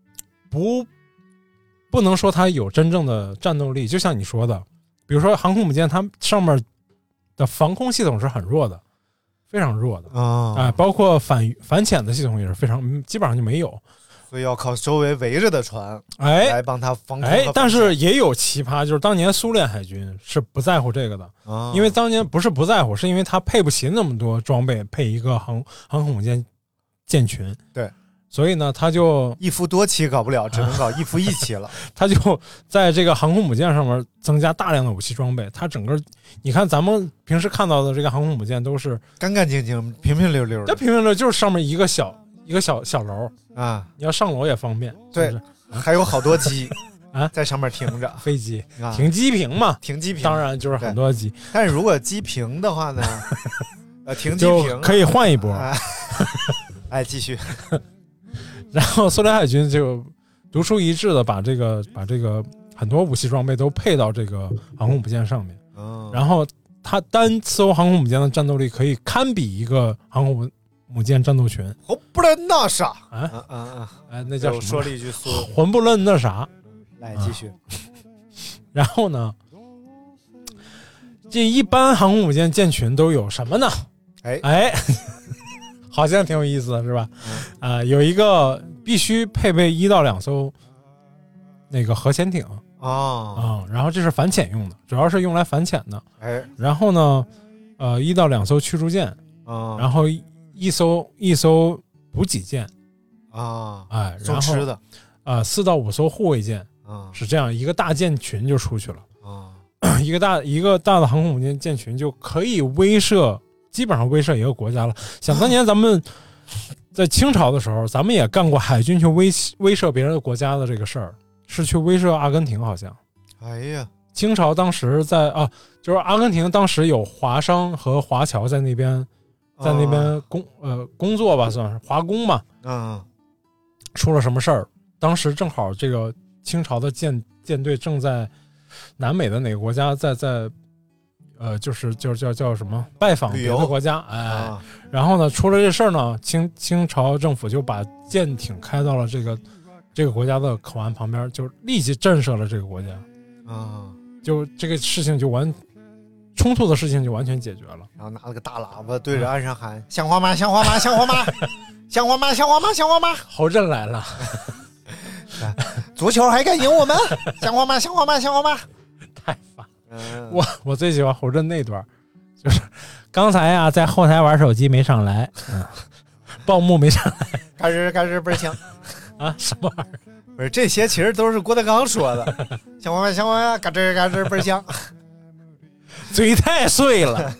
不能说它有真正的战斗力。就像你说的，比如说航空母舰，它上面的防空系统是很弱的，非常弱的啊，包括反潜的系统也是非常基本上就没有。 所以要靠周围围着的船，来帮他防空。 但是也有奇葩，就是当年苏联海军是不在乎这个的，因为当年不是不在乎，是因为他配不起那么多装备配一个航空母舰舰群。 对， 所以呢，他就一夫多妻搞不了，只能搞一夫一妻了。 他就在这个航空母舰上面增加大量的武器装备。他整个，你看咱们平时看到的这个航空母舰都是干干净净、平平溜溜的。 这平平溜就是上面一个小楼啊， 你要上楼也方便。 对，还有好多机啊，在上面停着飞机，停机坪嘛， 停机坪， 当然就是很多机。 但是如果机坪的话呢，停机坪可以换一波。 哎，继续。 然后苏联海军就独树一帜的把这个很多武器装备都配到这个航空母舰上面。然后它单艘航空母舰的战斗力可以堪比一个航空母舰战斗群。 我不能那啥哎，那叫什么？ 说了一句苏混不论那啥。 来继续。 然后呢，这一般航空母舰舰群都有什么呢？哎，好像挺有意思的是吧？有一个必须配备1到2艘那个核潜艇然后这是反潜用的，主要是用来反潜的。 哎， 然后呢，1到2艘驱逐舰然后一艘补给舰哎，然后吃的 4到5艘护卫舰是这样一个大舰群就出去了一个大的航空母舰舰群就可以基本上威慑一个国家了。想当年咱们在清朝的时候，咱们也干过海军去威慑别人的国家的这个事儿，是去威慑阿根廷好像。 哎呀， 清朝当时就是阿根廷当时有华商和华侨在那边工作吧，算是华工嘛。出了什么事儿？当时正好这个清朝的舰队正在南美的哪个国家在就是叫什么拜访别的国家，然后呢出了这事儿呢，清朝政府就把舰艇开到了这个国家的口岸旁边，就立即震慑了这个国家就这个事情冲突的事情就完全解决了。 然后拿了个大喇叭对着岸上喊：像话吗？像话吗？像话吗？像话吗？像话吗？像话吗？ 侯震来了。 足球还敢赢我们？像话吗？像话吗？像话吗？ 太烦。我最喜欢侯震那段，就是刚才在后台玩手机没上来，报幕没上来， 嘎吱倍儿强什么玩意儿？ 不是，这些其实都是郭德纲说的。像话吗？像话吗？嘎吱倍儿强， 嘴太碎了。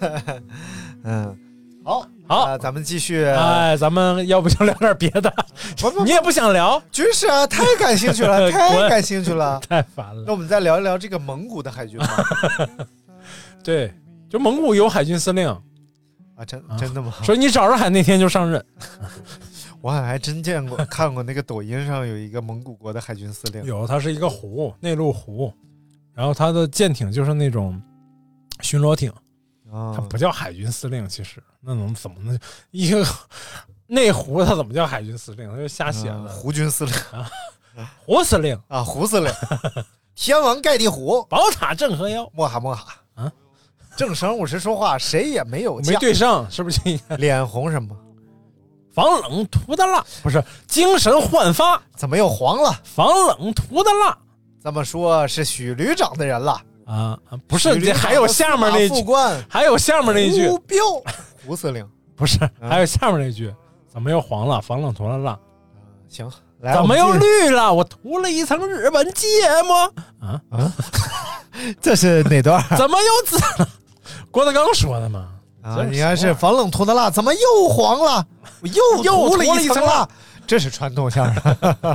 好，咱们继续。 咱们要不就聊点别的？你也不想聊军事啊？太感兴趣了，太感兴趣了， 太烦了。 那我们再聊一聊这个蒙古的海军吧。 对，就蒙古有海军司令真的吗？ 说你找着海那天就上任。 我好像还真看过那个抖音上有一个蒙古国的海军司令， 它是一个内陆湖，然后它的舰艇就是那种巡逻艇。他不叫海军司令，其实那怎么能一个内湖他怎么叫海军司令？他就瞎写的。 湖军司令胡司令胡司令，天王盖地虎， 宝塔镇河妖， 莫哈正声50说话，谁也没有没对上，是不是？ 脸红什么？ 防冷涂的蜡，不是精神焕发， 怎么又黄了？ 防冷涂的蜡， 这么说是许旅长的人了。 不是，还有下面那句，还有下面那句， 胡司令不是，还有下面那句，怎么又黄了？防冷涂了蜡， 行， 怎么又绿了？我涂了一层日本芥末。 这是哪段？ 怎么又紫了？郭德纲说的嘛， 啊！你看是防冷涂的蜡，怎么又黄了？我又涂了一层蜡，这是传统相声。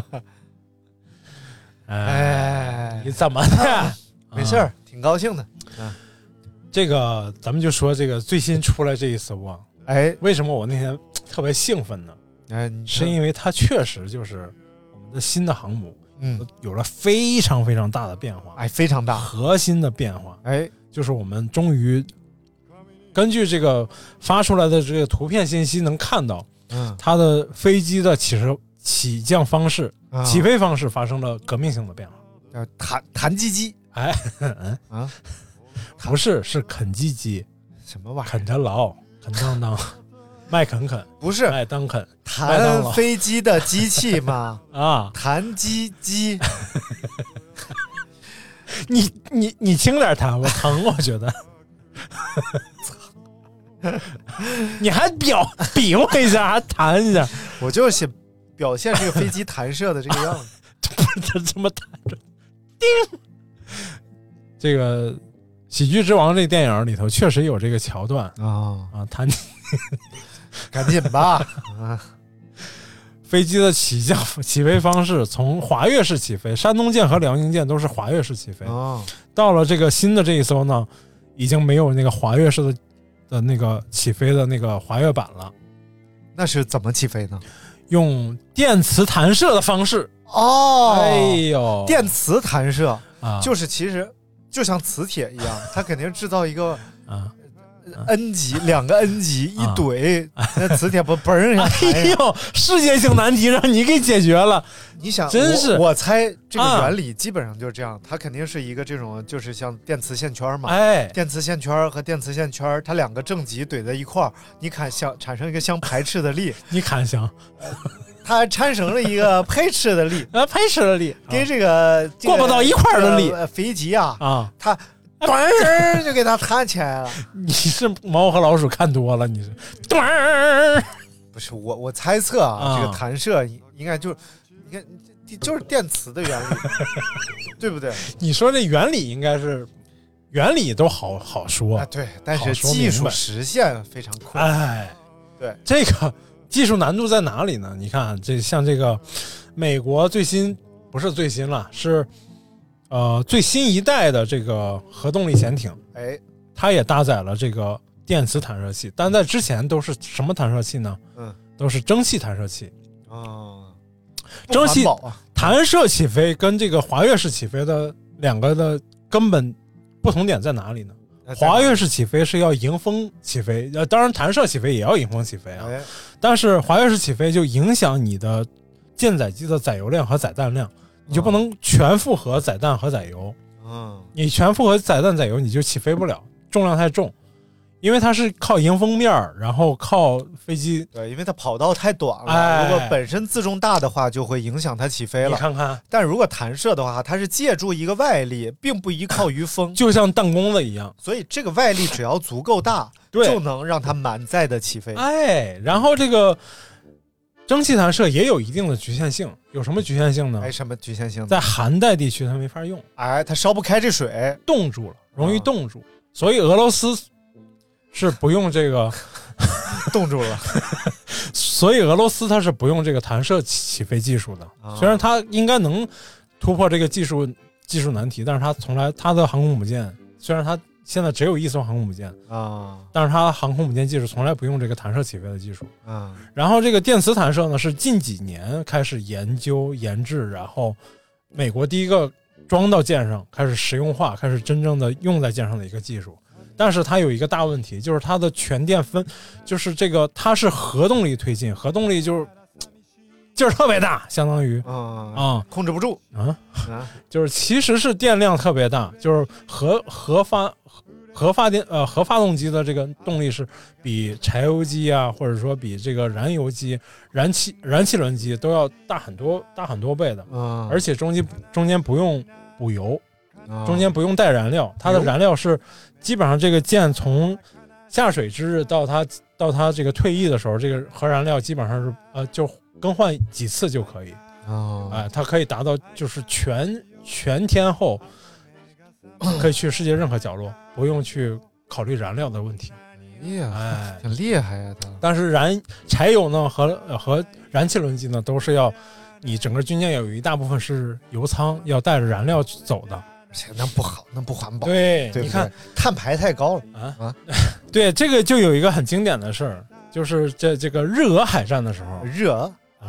哎，你怎么的？ 没事儿，挺高兴的。 这个咱们就说这个最新出来这一艘啊， 哎， 为什么我那天特别兴奋呢？ 哎， 是因为它确实就是我们的新的航母，有了非常非常大的变化， 哎，非常大， 核心的变化， 哎， 就是我们终于根据这个发出来的这个图片信息能看到，它的飞机的起降方式、起飞方式发生了革命性的变化， 弹鸡鸡， 哎，不是，是啃鸡鸡， 什么玩意儿？ 啃着牢，啃当当。麦肯肯不是麦当肯， 弹飞机的机器吗？ 啊， 弹鸡鸡。 你轻点弹，我疼，我觉得。你还比划一下，还弹一下， 我就是表现这个飞机弹射的这个样子。 不是这么弹着，叮。这个《喜剧之王》这电影里头确实有这个桥段啊，弹。 赶紧吧！ 飞机的起飞方式从滑跃式起飞，山东舰和辽宁舰都是滑跃式起飞。到了这个新的这一艘呢，已经没有那个滑跃式的那个起飞的那个滑跃板了。 那是怎么起飞呢？ 用电磁弹射的方式。 哦， 哎呦， 电磁弹射啊， 就是其实就像磁铁一样，它肯定制造一个N 级2个 N 级一怼，那磁铁不嘣一下。 哎呦，世界性难题让你给解决了。 你想， 真是我猜这个原理基本上就是这样，它肯定是一个这种就是像电磁线圈嘛。 哎， 电磁线圈和电磁线圈，它2个正极怼在一块儿，你看产生一个相排斥的力。 你看相。 它产生了一个排斥的力， 排斥的力跟这个过不到一块儿的力。 飞机啊，它。 咚就给它弹起来了。 你是猫和老鼠看多了，你是咚。 不是我猜测啊，这个弹射应该就是你看就是电磁的原理，对不对？ 你说这原理应该是原理都好说啊，对，但是技术实现非常困难。 哎， 对， 这个技术难度在哪里呢？你看这像这个美国不是最新了，是。最新一代的这个核动力潜艇， 哎， 它也搭载了这个电磁弹射器，但在之前都是什么弹射器呢？都是蒸汽弹射器。蒸汽弹射起飞跟这个滑跃式起飞的2个的根本不同点在哪里呢？滑跃式起飞是要迎风起飞，当然弹射起飞也要迎风起飞啊。但是滑跃式起飞就影响你的舰载机的载油量和载弹量。你就不能全负荷载弹和载油，你全负荷载弹载油你就起飞不了，重量太重，因为它是靠迎风面，然后靠飞机， 对，因为它跑道太短了，如果本身自重大的话，就会影响它起飞了。 你看看， 但如果弹射的话，它是借助一个外力，并不依靠于风， 就像弹弓子一样， 所以这个外力只要足够大，就能让它满载的起飞。 哎，然后这个。蒸汽弹射也有一定的局限性，有什么局限性呢？ 哎，什么局限性？ 在寒带地区它没法用， 哎，它烧不开这水， 冻住了，容易冻住，所以俄罗斯是不用这个冻住了， 所以俄罗斯它是不用这个弹射起飞技术的，虽然它应该能突破这个技术难题，但是它的航空母舰虽然它现在只有1艘航空母舰但是它航空母舰技术从来不用这个弹射起飞的技术然后这个电磁弹射呢是近几年开始研究研制，然后美国第一个装到舰上开始实用化，开始真正的用在舰上的一个技术。但是它有一个大问题，就是它的全电就是这个它是核动力推进，核动力就是劲儿特别大，相当于控制不住就是其实是电量特别大，就是核发动机的这个动力是比柴油机啊，或者说比这个燃油机、燃气轮机都要大很多倍的，而且中间不用补油，中间不用带燃料，它的燃料是基本上这个舰从下水之日到它这个退役的时候，这个核燃料基本上是就更换几次就可以它可以达到就是全天候可以去世界任何角落，不用去考虑燃料的问题哎呀，挺厉害呀他。 但是柴油呢和燃气轮机呢，都是要你整个军舰有一大部分是油舱，要带着燃料走的。 那不好，那不环保。 对， 对， 你看碳排太高了啊！对，这个就有一个很经典的事儿，就是这个日俄海战的时候， 热，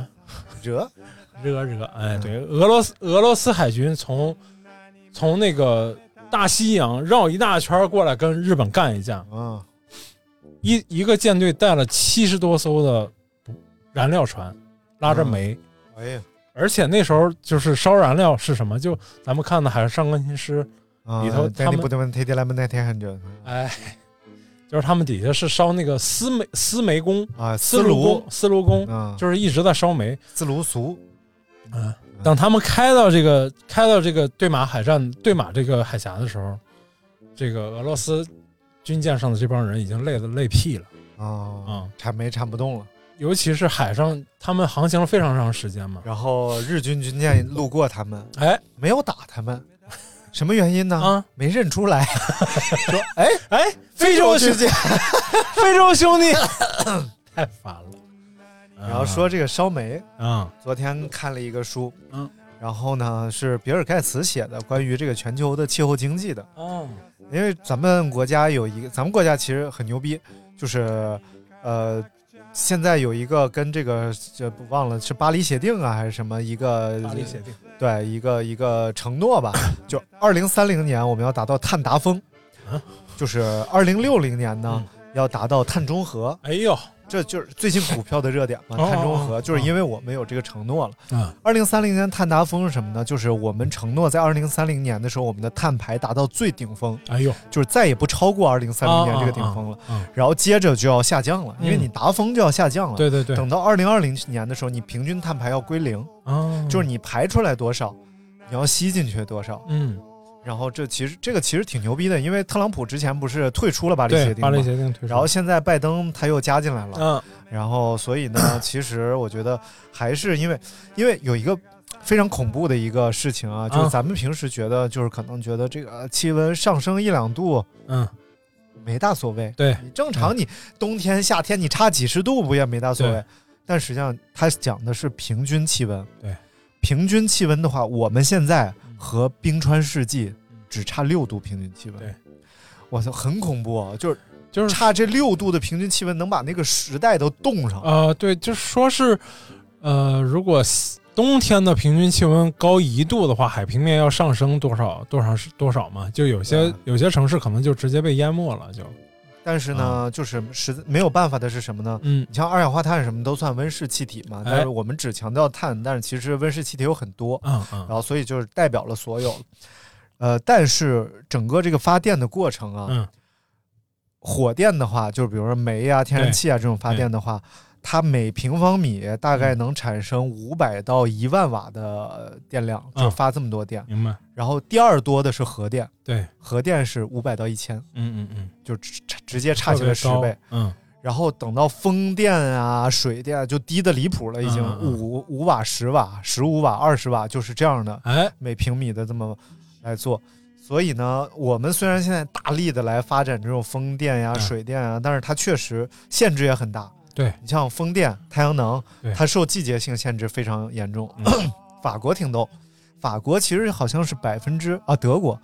哎，对，俄罗斯海军从那个大西洋绕一大圈过来跟日本干一架啊， 一个舰队带了70多艘的燃料船，拉着煤， 哎呀。 而且那时候就是烧燃料是什么？就咱们看的《海上钢琴师》里头，他们哎，就是他们底下是烧那个丝煤工啊， 丝炉工，就是一直在烧煤。 丝炉俗， 等他们开到这个对马这个海峡的时候，这个俄罗斯军舰上的这帮人已经累得累屁了铲煤铲不动了。 尤其是海上，他们航行了非常长时间嘛。 然后日军军舰路过他们， 哎， 没有打他们，什么原因呢？没认出来，说哎，非洲军舰， 非洲兄弟，太烦了。 然后说这个烧煤，昨天看了一个书，然后呢是比尔盖茨写的，关于这个全球的气候经济的。因为咱们国家其实很牛逼，就是现在有一个跟这个忘了是巴黎协定啊还是什么一个巴黎协定， 对，一个承诺吧，就2030年我们要达到碳达峰，就是2060年呢要达到碳中和。 哎呦， 这就是最近股票的热点嘛，碳中和，就是因为我们有这个承诺了。2030年碳达峰是什么呢？就是我们承诺在2030年的时候，我们的碳排达到最顶峰。 哎呦， 就是再也不超过2030年这个顶峰了。然后接着就要下降了，因为你达峰就要下降了。 对对对。 等到2020年的时候，你平均碳排要归0，就是你排出来多少，你要吸进去多少。然后这个其实挺牛逼的，因为特朗普之前不是退出了巴黎协定吗？ 巴黎协定退出， 然后现在拜登他又加进来了，然后所以呢，其实我觉得还是因为有一个非常恐怖的一个事情啊，就是咱们平时觉得就是可能觉得这个气温上升1-2度，没大所谓， 对， 你正常你冬天夏天你差几十度不也没大所谓，但实际上他讲的是平均气温， 对， 平均气温的话，我们现在和冰川世纪只差6度平均气温， 对， 我操，很恐怖啊！就是差这6度的平均气温，能把那个时代都冻上。 对，就是说是，如果冬天的平均气温高1度的话，海平面要上升多少嘛？就有些城市可能就直接被淹没了，就。 但是呢，就是没有办法的是什么呢？你像二氧化碳什么都算温室气体嘛，但是我们只强调碳，但是其实温室气体有很多，然后所以就是代表了所有。但是整个这个发电的过程啊，火电的话，就是比如说煤啊、天然气啊这种发电的话，它每平方米大概能产生500到1万瓦的电量，就发这么多电。 明白。 然后第二多的是核电， 对， 核电是500到1000，就直接差起来10倍。然后等到风电啊、水电就低的离谱了，已经5瓦、10瓦、15瓦、20瓦，就是这样的，每平米的这么来做。所以呢，我们虽然现在大力的来发展这种风电呀、水电啊，但是它确实限制也很大。 对， 你像风电、太阳能，它受季节性限制非常严重。法国挺逗，法国其实好像是德国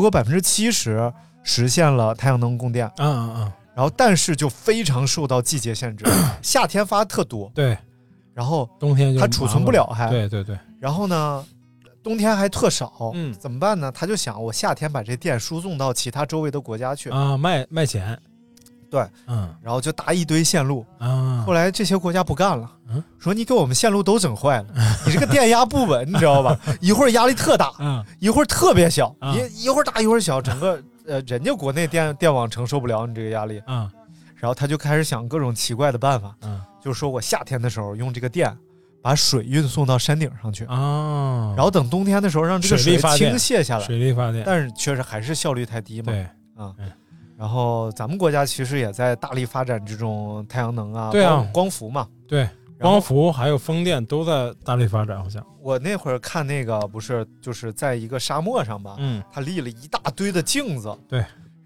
70%实现了太阳能供电。然后但是就非常受到季节限制，夏天发特多， 对， 然后冬天就它储存不了，还对。 然后呢，冬天还特少，怎么办呢？他就想，我夏天把这电输送到其他周围的国家去啊，卖钱。 对，然后就搭一堆线路啊。后来这些国家不干了，说你给我们线路都整坏了，你这个电压不稳，你知道吧？一会儿压力特大，一会儿特别小，一会儿大一会儿小，整个人家国内电网承受不了你这个压力，然后他就开始想各种奇怪的办法，就是说我夏天的时候用这个电把水运送到山顶上去然后等冬天的时候让这个水倾泻下来， 水力发电， 但是确实还是效率太低嘛， 对然后咱们国家其实也在大力发展这种太阳能啊， 对啊， 光伏嘛， 对，光伏还有风电都在大力发展，好像。 我那会儿看那个不是就是在一个沙漠上吧，他立了一大堆的镜子， 对，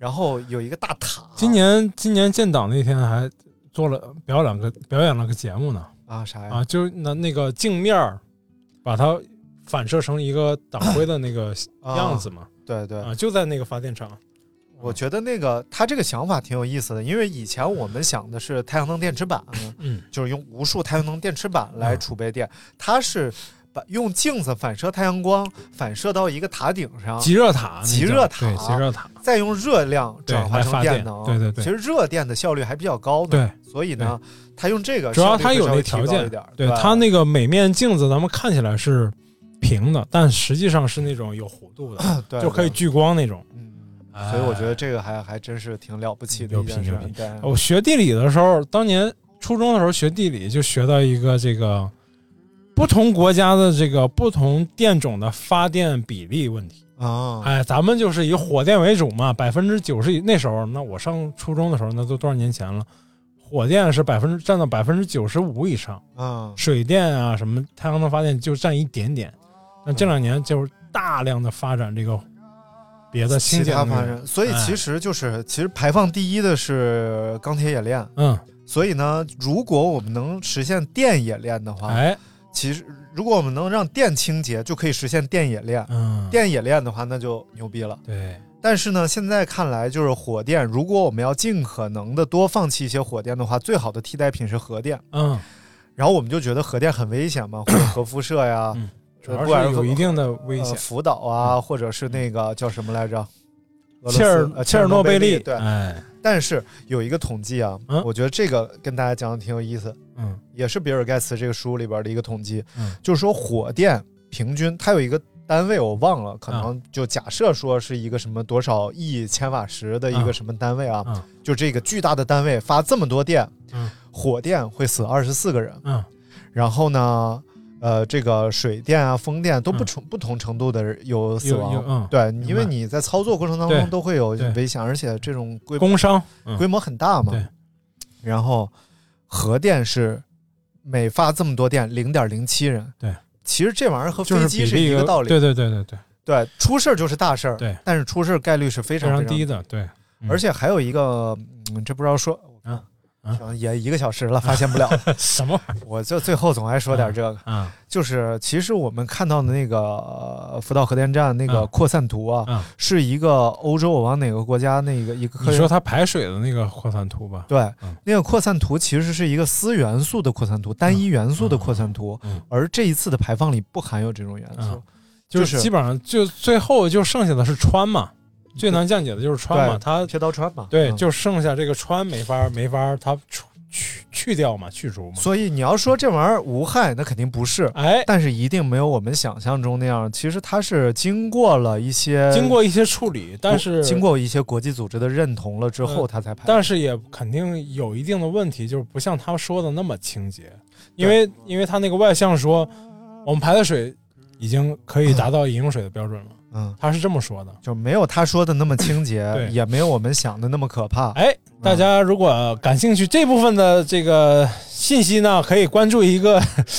然后有一个大塔。 今年建党那天还表演了个节目呢。 啊，啥呀？ 啊，就那个镜面把它反射成一个党徽的那个样子嘛。 对对啊，就在那个发电厂。 我觉得他这个想法挺有意思的，因为以前我们想的是太阳能电池板，就是用无数太阳能电池板来储备电，它是用镜子反射太阳光，反射到一个塔顶上， 极热塔， 再用热量转化成电能。 对对对， 其实热电的效率还比较高呢。 对， 所以呢，它用这个主要它有那条件，对它那个每面镜子咱们看起来是平的，但实际上是那种有弧度的， 对， 就可以聚光那种。 所以我觉得这个还真是挺了不起的一件事。 我学地理的时候，当年初中的时候学地理，就学到一个这个不同国家的这个不同电种的发电比例问题啊。 哎，咱们就是以火电为主嘛，90%那时候，那我上初中的时候，那都多少年前了，火电是占到95%以上，水电啊什么太阳能发电就占一点点。那这2年就是大量的发展这个。别的其他发展，所以其实排放第一的是钢铁冶炼，所以呢，如果我们能实现电冶炼的话，其实如果我们能让电清洁，就可以实现电冶炼，电冶炼的话，那就牛逼了。 对， 但是呢，现在看来就是火电，如果我们要尽可能的多放弃一些火电的话，最好的替代品是核电，然后我们就觉得核电很危险嘛，或者核辐射呀。 主要是有一定的危险， 福岛啊，或者是那个叫什么来着， 切尔诺贝利。 对，但是有一个统计啊，我觉得这个跟大家讲的挺有意思，也是比尔盖茨这个书里边的一个统计，就是说火电平均它有一个单位我忘了，可能就假设说是一个什么多少亿千瓦时的一个什么单位啊，就这个巨大的单位发这么多电，火电会死24个人，然后呢。这个水电啊、风电都不同程度的有死亡，对，因为你在操作过程当中都会有危险，而且这种工伤规模很大嘛。 对， 然后核电是每发这么多电0.07人， 对， 其实这玩意儿和飞机是一个道理，对，出事就是大事儿， 对， 但是出事概率是非常低的，对， 而且还有一个，这不知道说。也1个小时了，发现不了什么玩意儿。 我就最后总爱说点这个，就是其实我们看到的那个福岛核电站那个扩散图啊，是一个欧洲，我忘哪个国家那个一个。 你说它排水的那个扩散图吧？ 对，那个扩散图其实是一个4元素的扩散图，单一元素的扩散图，而这一次的排放里不含有这种元素， 就是基本上就最后就剩下的是氚嘛。最难降解的就是氚嘛，它切刀氚嘛， 对，就剩下这个氚没法它去掉嘛，去除嘛。 所以你要说这玩意儿无害，那肯定不是，但是一定没有我们想象中那样。其实它是经过一些处理，但是经过一些国际组织的认同了之后，它才排。 但是也肯定有一定的问题，就是不像他说的那么清洁，因为他那个外项说我们排的水已经可以达到饮用水的标准了。他是这么说的， 就没有他说的那么清洁，也没有我们想的那么可怕。 大家如果感兴趣这部分的这个信息呢，可以关注一个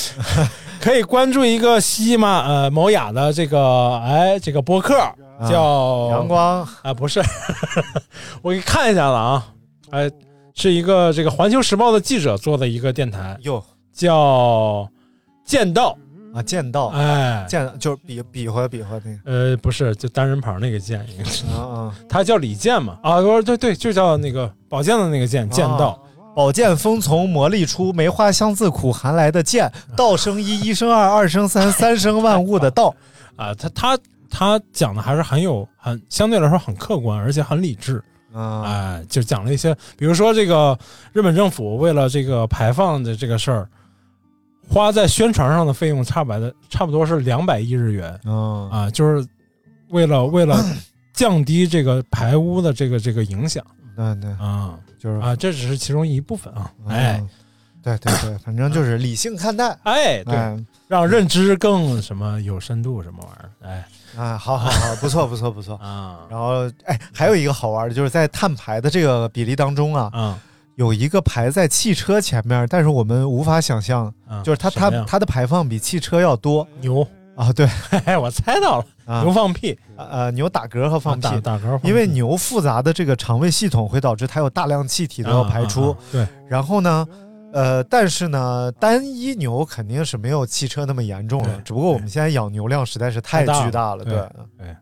西马某雅的这个播客，叫阳光不是，我给你看一下了啊，是一个这个环球时报的记者做的一个电台，叫剑道。 剑道，剑就是比划那个，不是，就单人旁那个剑，他叫李健嘛，对，就叫那个宝剑的那个剑，剑道， 宝剑锋从磨砺出，梅花香自苦寒来的剑，道生一，一生二，二生三，三生万物的道啊，他讲的还是很相对来说很客观，而且很理智。就讲了一些，比如说这个日本政府为了这个排放的这个事儿。花在宣传上的费用差不多是200亿日元，就是为了降低这个排污的这个影响， 对就是这只是其中一部分啊， 对，反正就是理性看待， 对，让认知更什么有深度什么玩意儿，好，不错啊，然后还有一个好玩的就是在碳排的这个比例当中啊。有一个排在汽车前面，但是我们无法想象，就是它的排放比汽车要多。 啊，对， 我猜到了，牛放屁， 牛打嗝和放屁， 打嗝， 因为牛复杂的这个肠胃系统会导致它有大量气体都要排出， 对， 然后呢，但是呢，单一牛肯定是没有汽车那么严重了，只不过我们现在养牛量实在是太巨大了，对，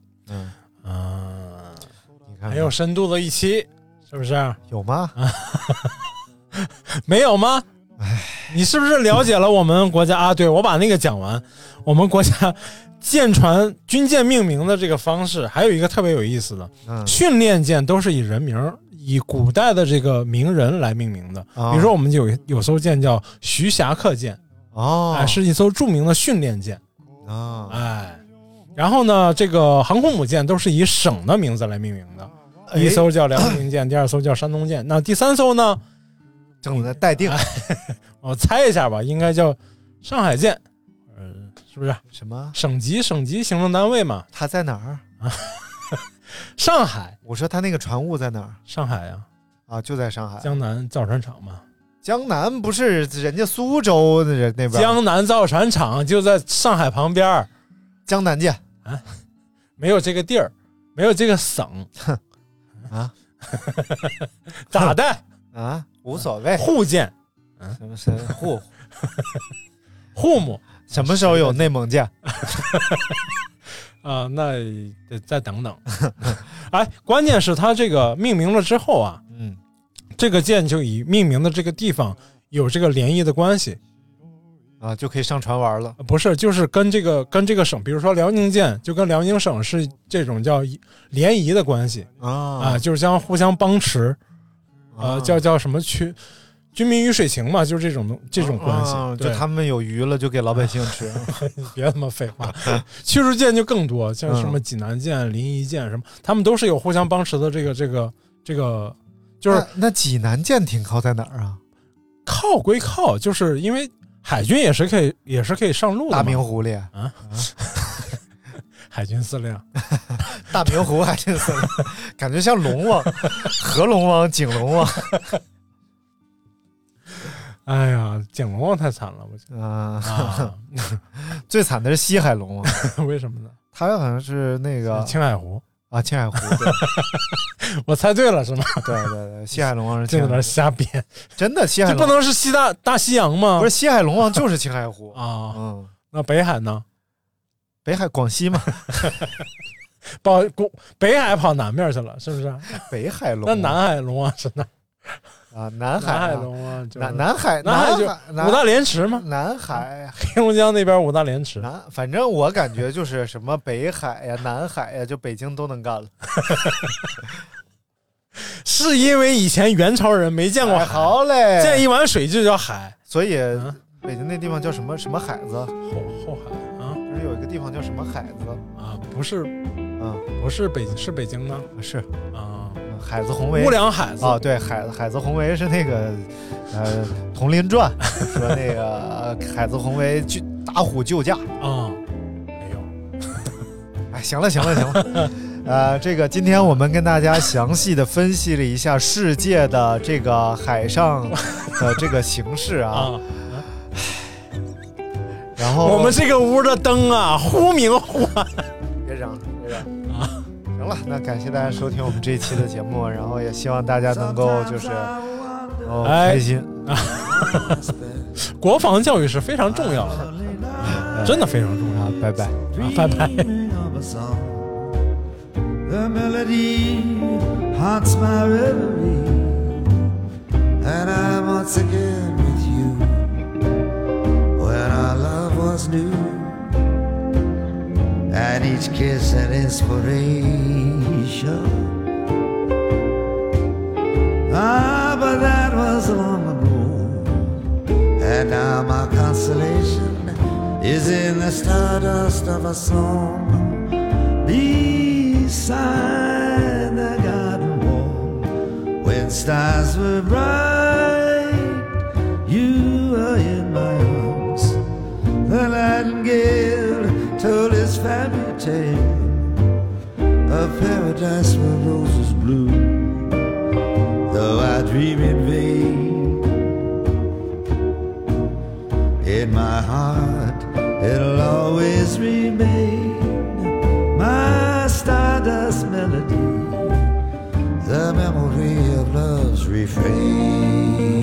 你看， 很有深度的一期，是不是？ 有吗？ 没有吗？你是不是了解了我们国家啊？对，我把那个讲完。我们国家舰船军舰命名的这个方式，还有一个特别有意思的，训练舰都是以人名，以古代的这个名人来命名的。比如说，我们有艘舰叫徐霞客舰，是一艘著名的训练舰然后呢，这个航空母舰都是以省的名字来命名的，一艘叫辽宁舰，第二艘叫山东舰，那第三艘呢？ 正在待定， 我猜一下吧，应该叫上海舰，是不是？ 什么省级行政单位嘛？ 它在哪儿？ 上海。 我说它那个船坞在哪儿？ 上海呀。 就在上海。 江南造船厂嘛。 江南不是人家苏州的人那边？ 江南造船厂就在上海旁边。 江南舰没有这个地儿，没有这个省咋的？ 无所谓， 沪舰， 什么是沪母？ 什么时候有内蒙舰？ 那得再等等。关键是它这个命名了之后啊，这个舰就以命名的这个地方有这个联谊的关系就可以上船玩了。 不是，就是跟这个省，比如说辽宁舰，就跟辽宁省是这种叫联谊的关系就是互相帮持。叫什么军民鱼水情嘛，就是这种关系， 就他们有鱼了就给老百姓吃。 别他妈废话，驱逐舰就更多，像什么济南舰、临沂舰什么，他们都是有互相帮持的。这个，就是那济南舰停靠在哪儿啊？ 靠归靠，就是因为海军也是可以上路的。 大明湖里海军司令， 大明湖海军司令，感觉像龙王、合龙王、景龙王。 哎呀，景龙王太惨了，我觉得最惨的是西海龙王。 为什么呢？ 他好像是那个青海湖青海湖。对我猜对了是吗？ 对，西海龙王是就在那瞎编， 真的西海龙这不能是大西洋吗？ 不是，西海龙王就是青海湖那北海呢？ 北海广西嘛， 北海跑南面去了，是不是？ 北海龙， 那南海龙王是哪？ 南海龙王， 南海就五大连池吗？ 南海， 黑龙江那边五大连池。 反正我感觉就是什么北海呀、南海呀，就北京都能干了。是因为以前元朝人没见过海， 好嘞， 见一碗水就叫海， 所以北京那地方叫什么海子？ 后海。 就是有一个地方叫什么海子不是，不是北京，是北京吗？ 是海子红围， 乌梁海子对，海子红围是那个《铜陵传》说那个海子红围打虎救驾没有。 行了，这个今天我们跟大家详细的分析了一下世界的这个海上的这个形势然后我们这个屋的灯忽明忽暗。 别嚷行了，那感谢大家收听我们这一期的节目，然后也希望大家能够就是开心。 国防教育是非常重要的，真的非常重要。 拜拜， 拜拜。 The melody haunts my reverie, and I'm once again with you when our love was new, and each kiss an inspiration. But that was long ago, and now my consolation is in the stardust of a song beside the garden wall. When stars were bright, you were in my arms. The nightingale told his fairy tale of paradise where roses bloom, though I dream in vain. In my heart it'll always remain my stardust melody, the memory of love's refrain.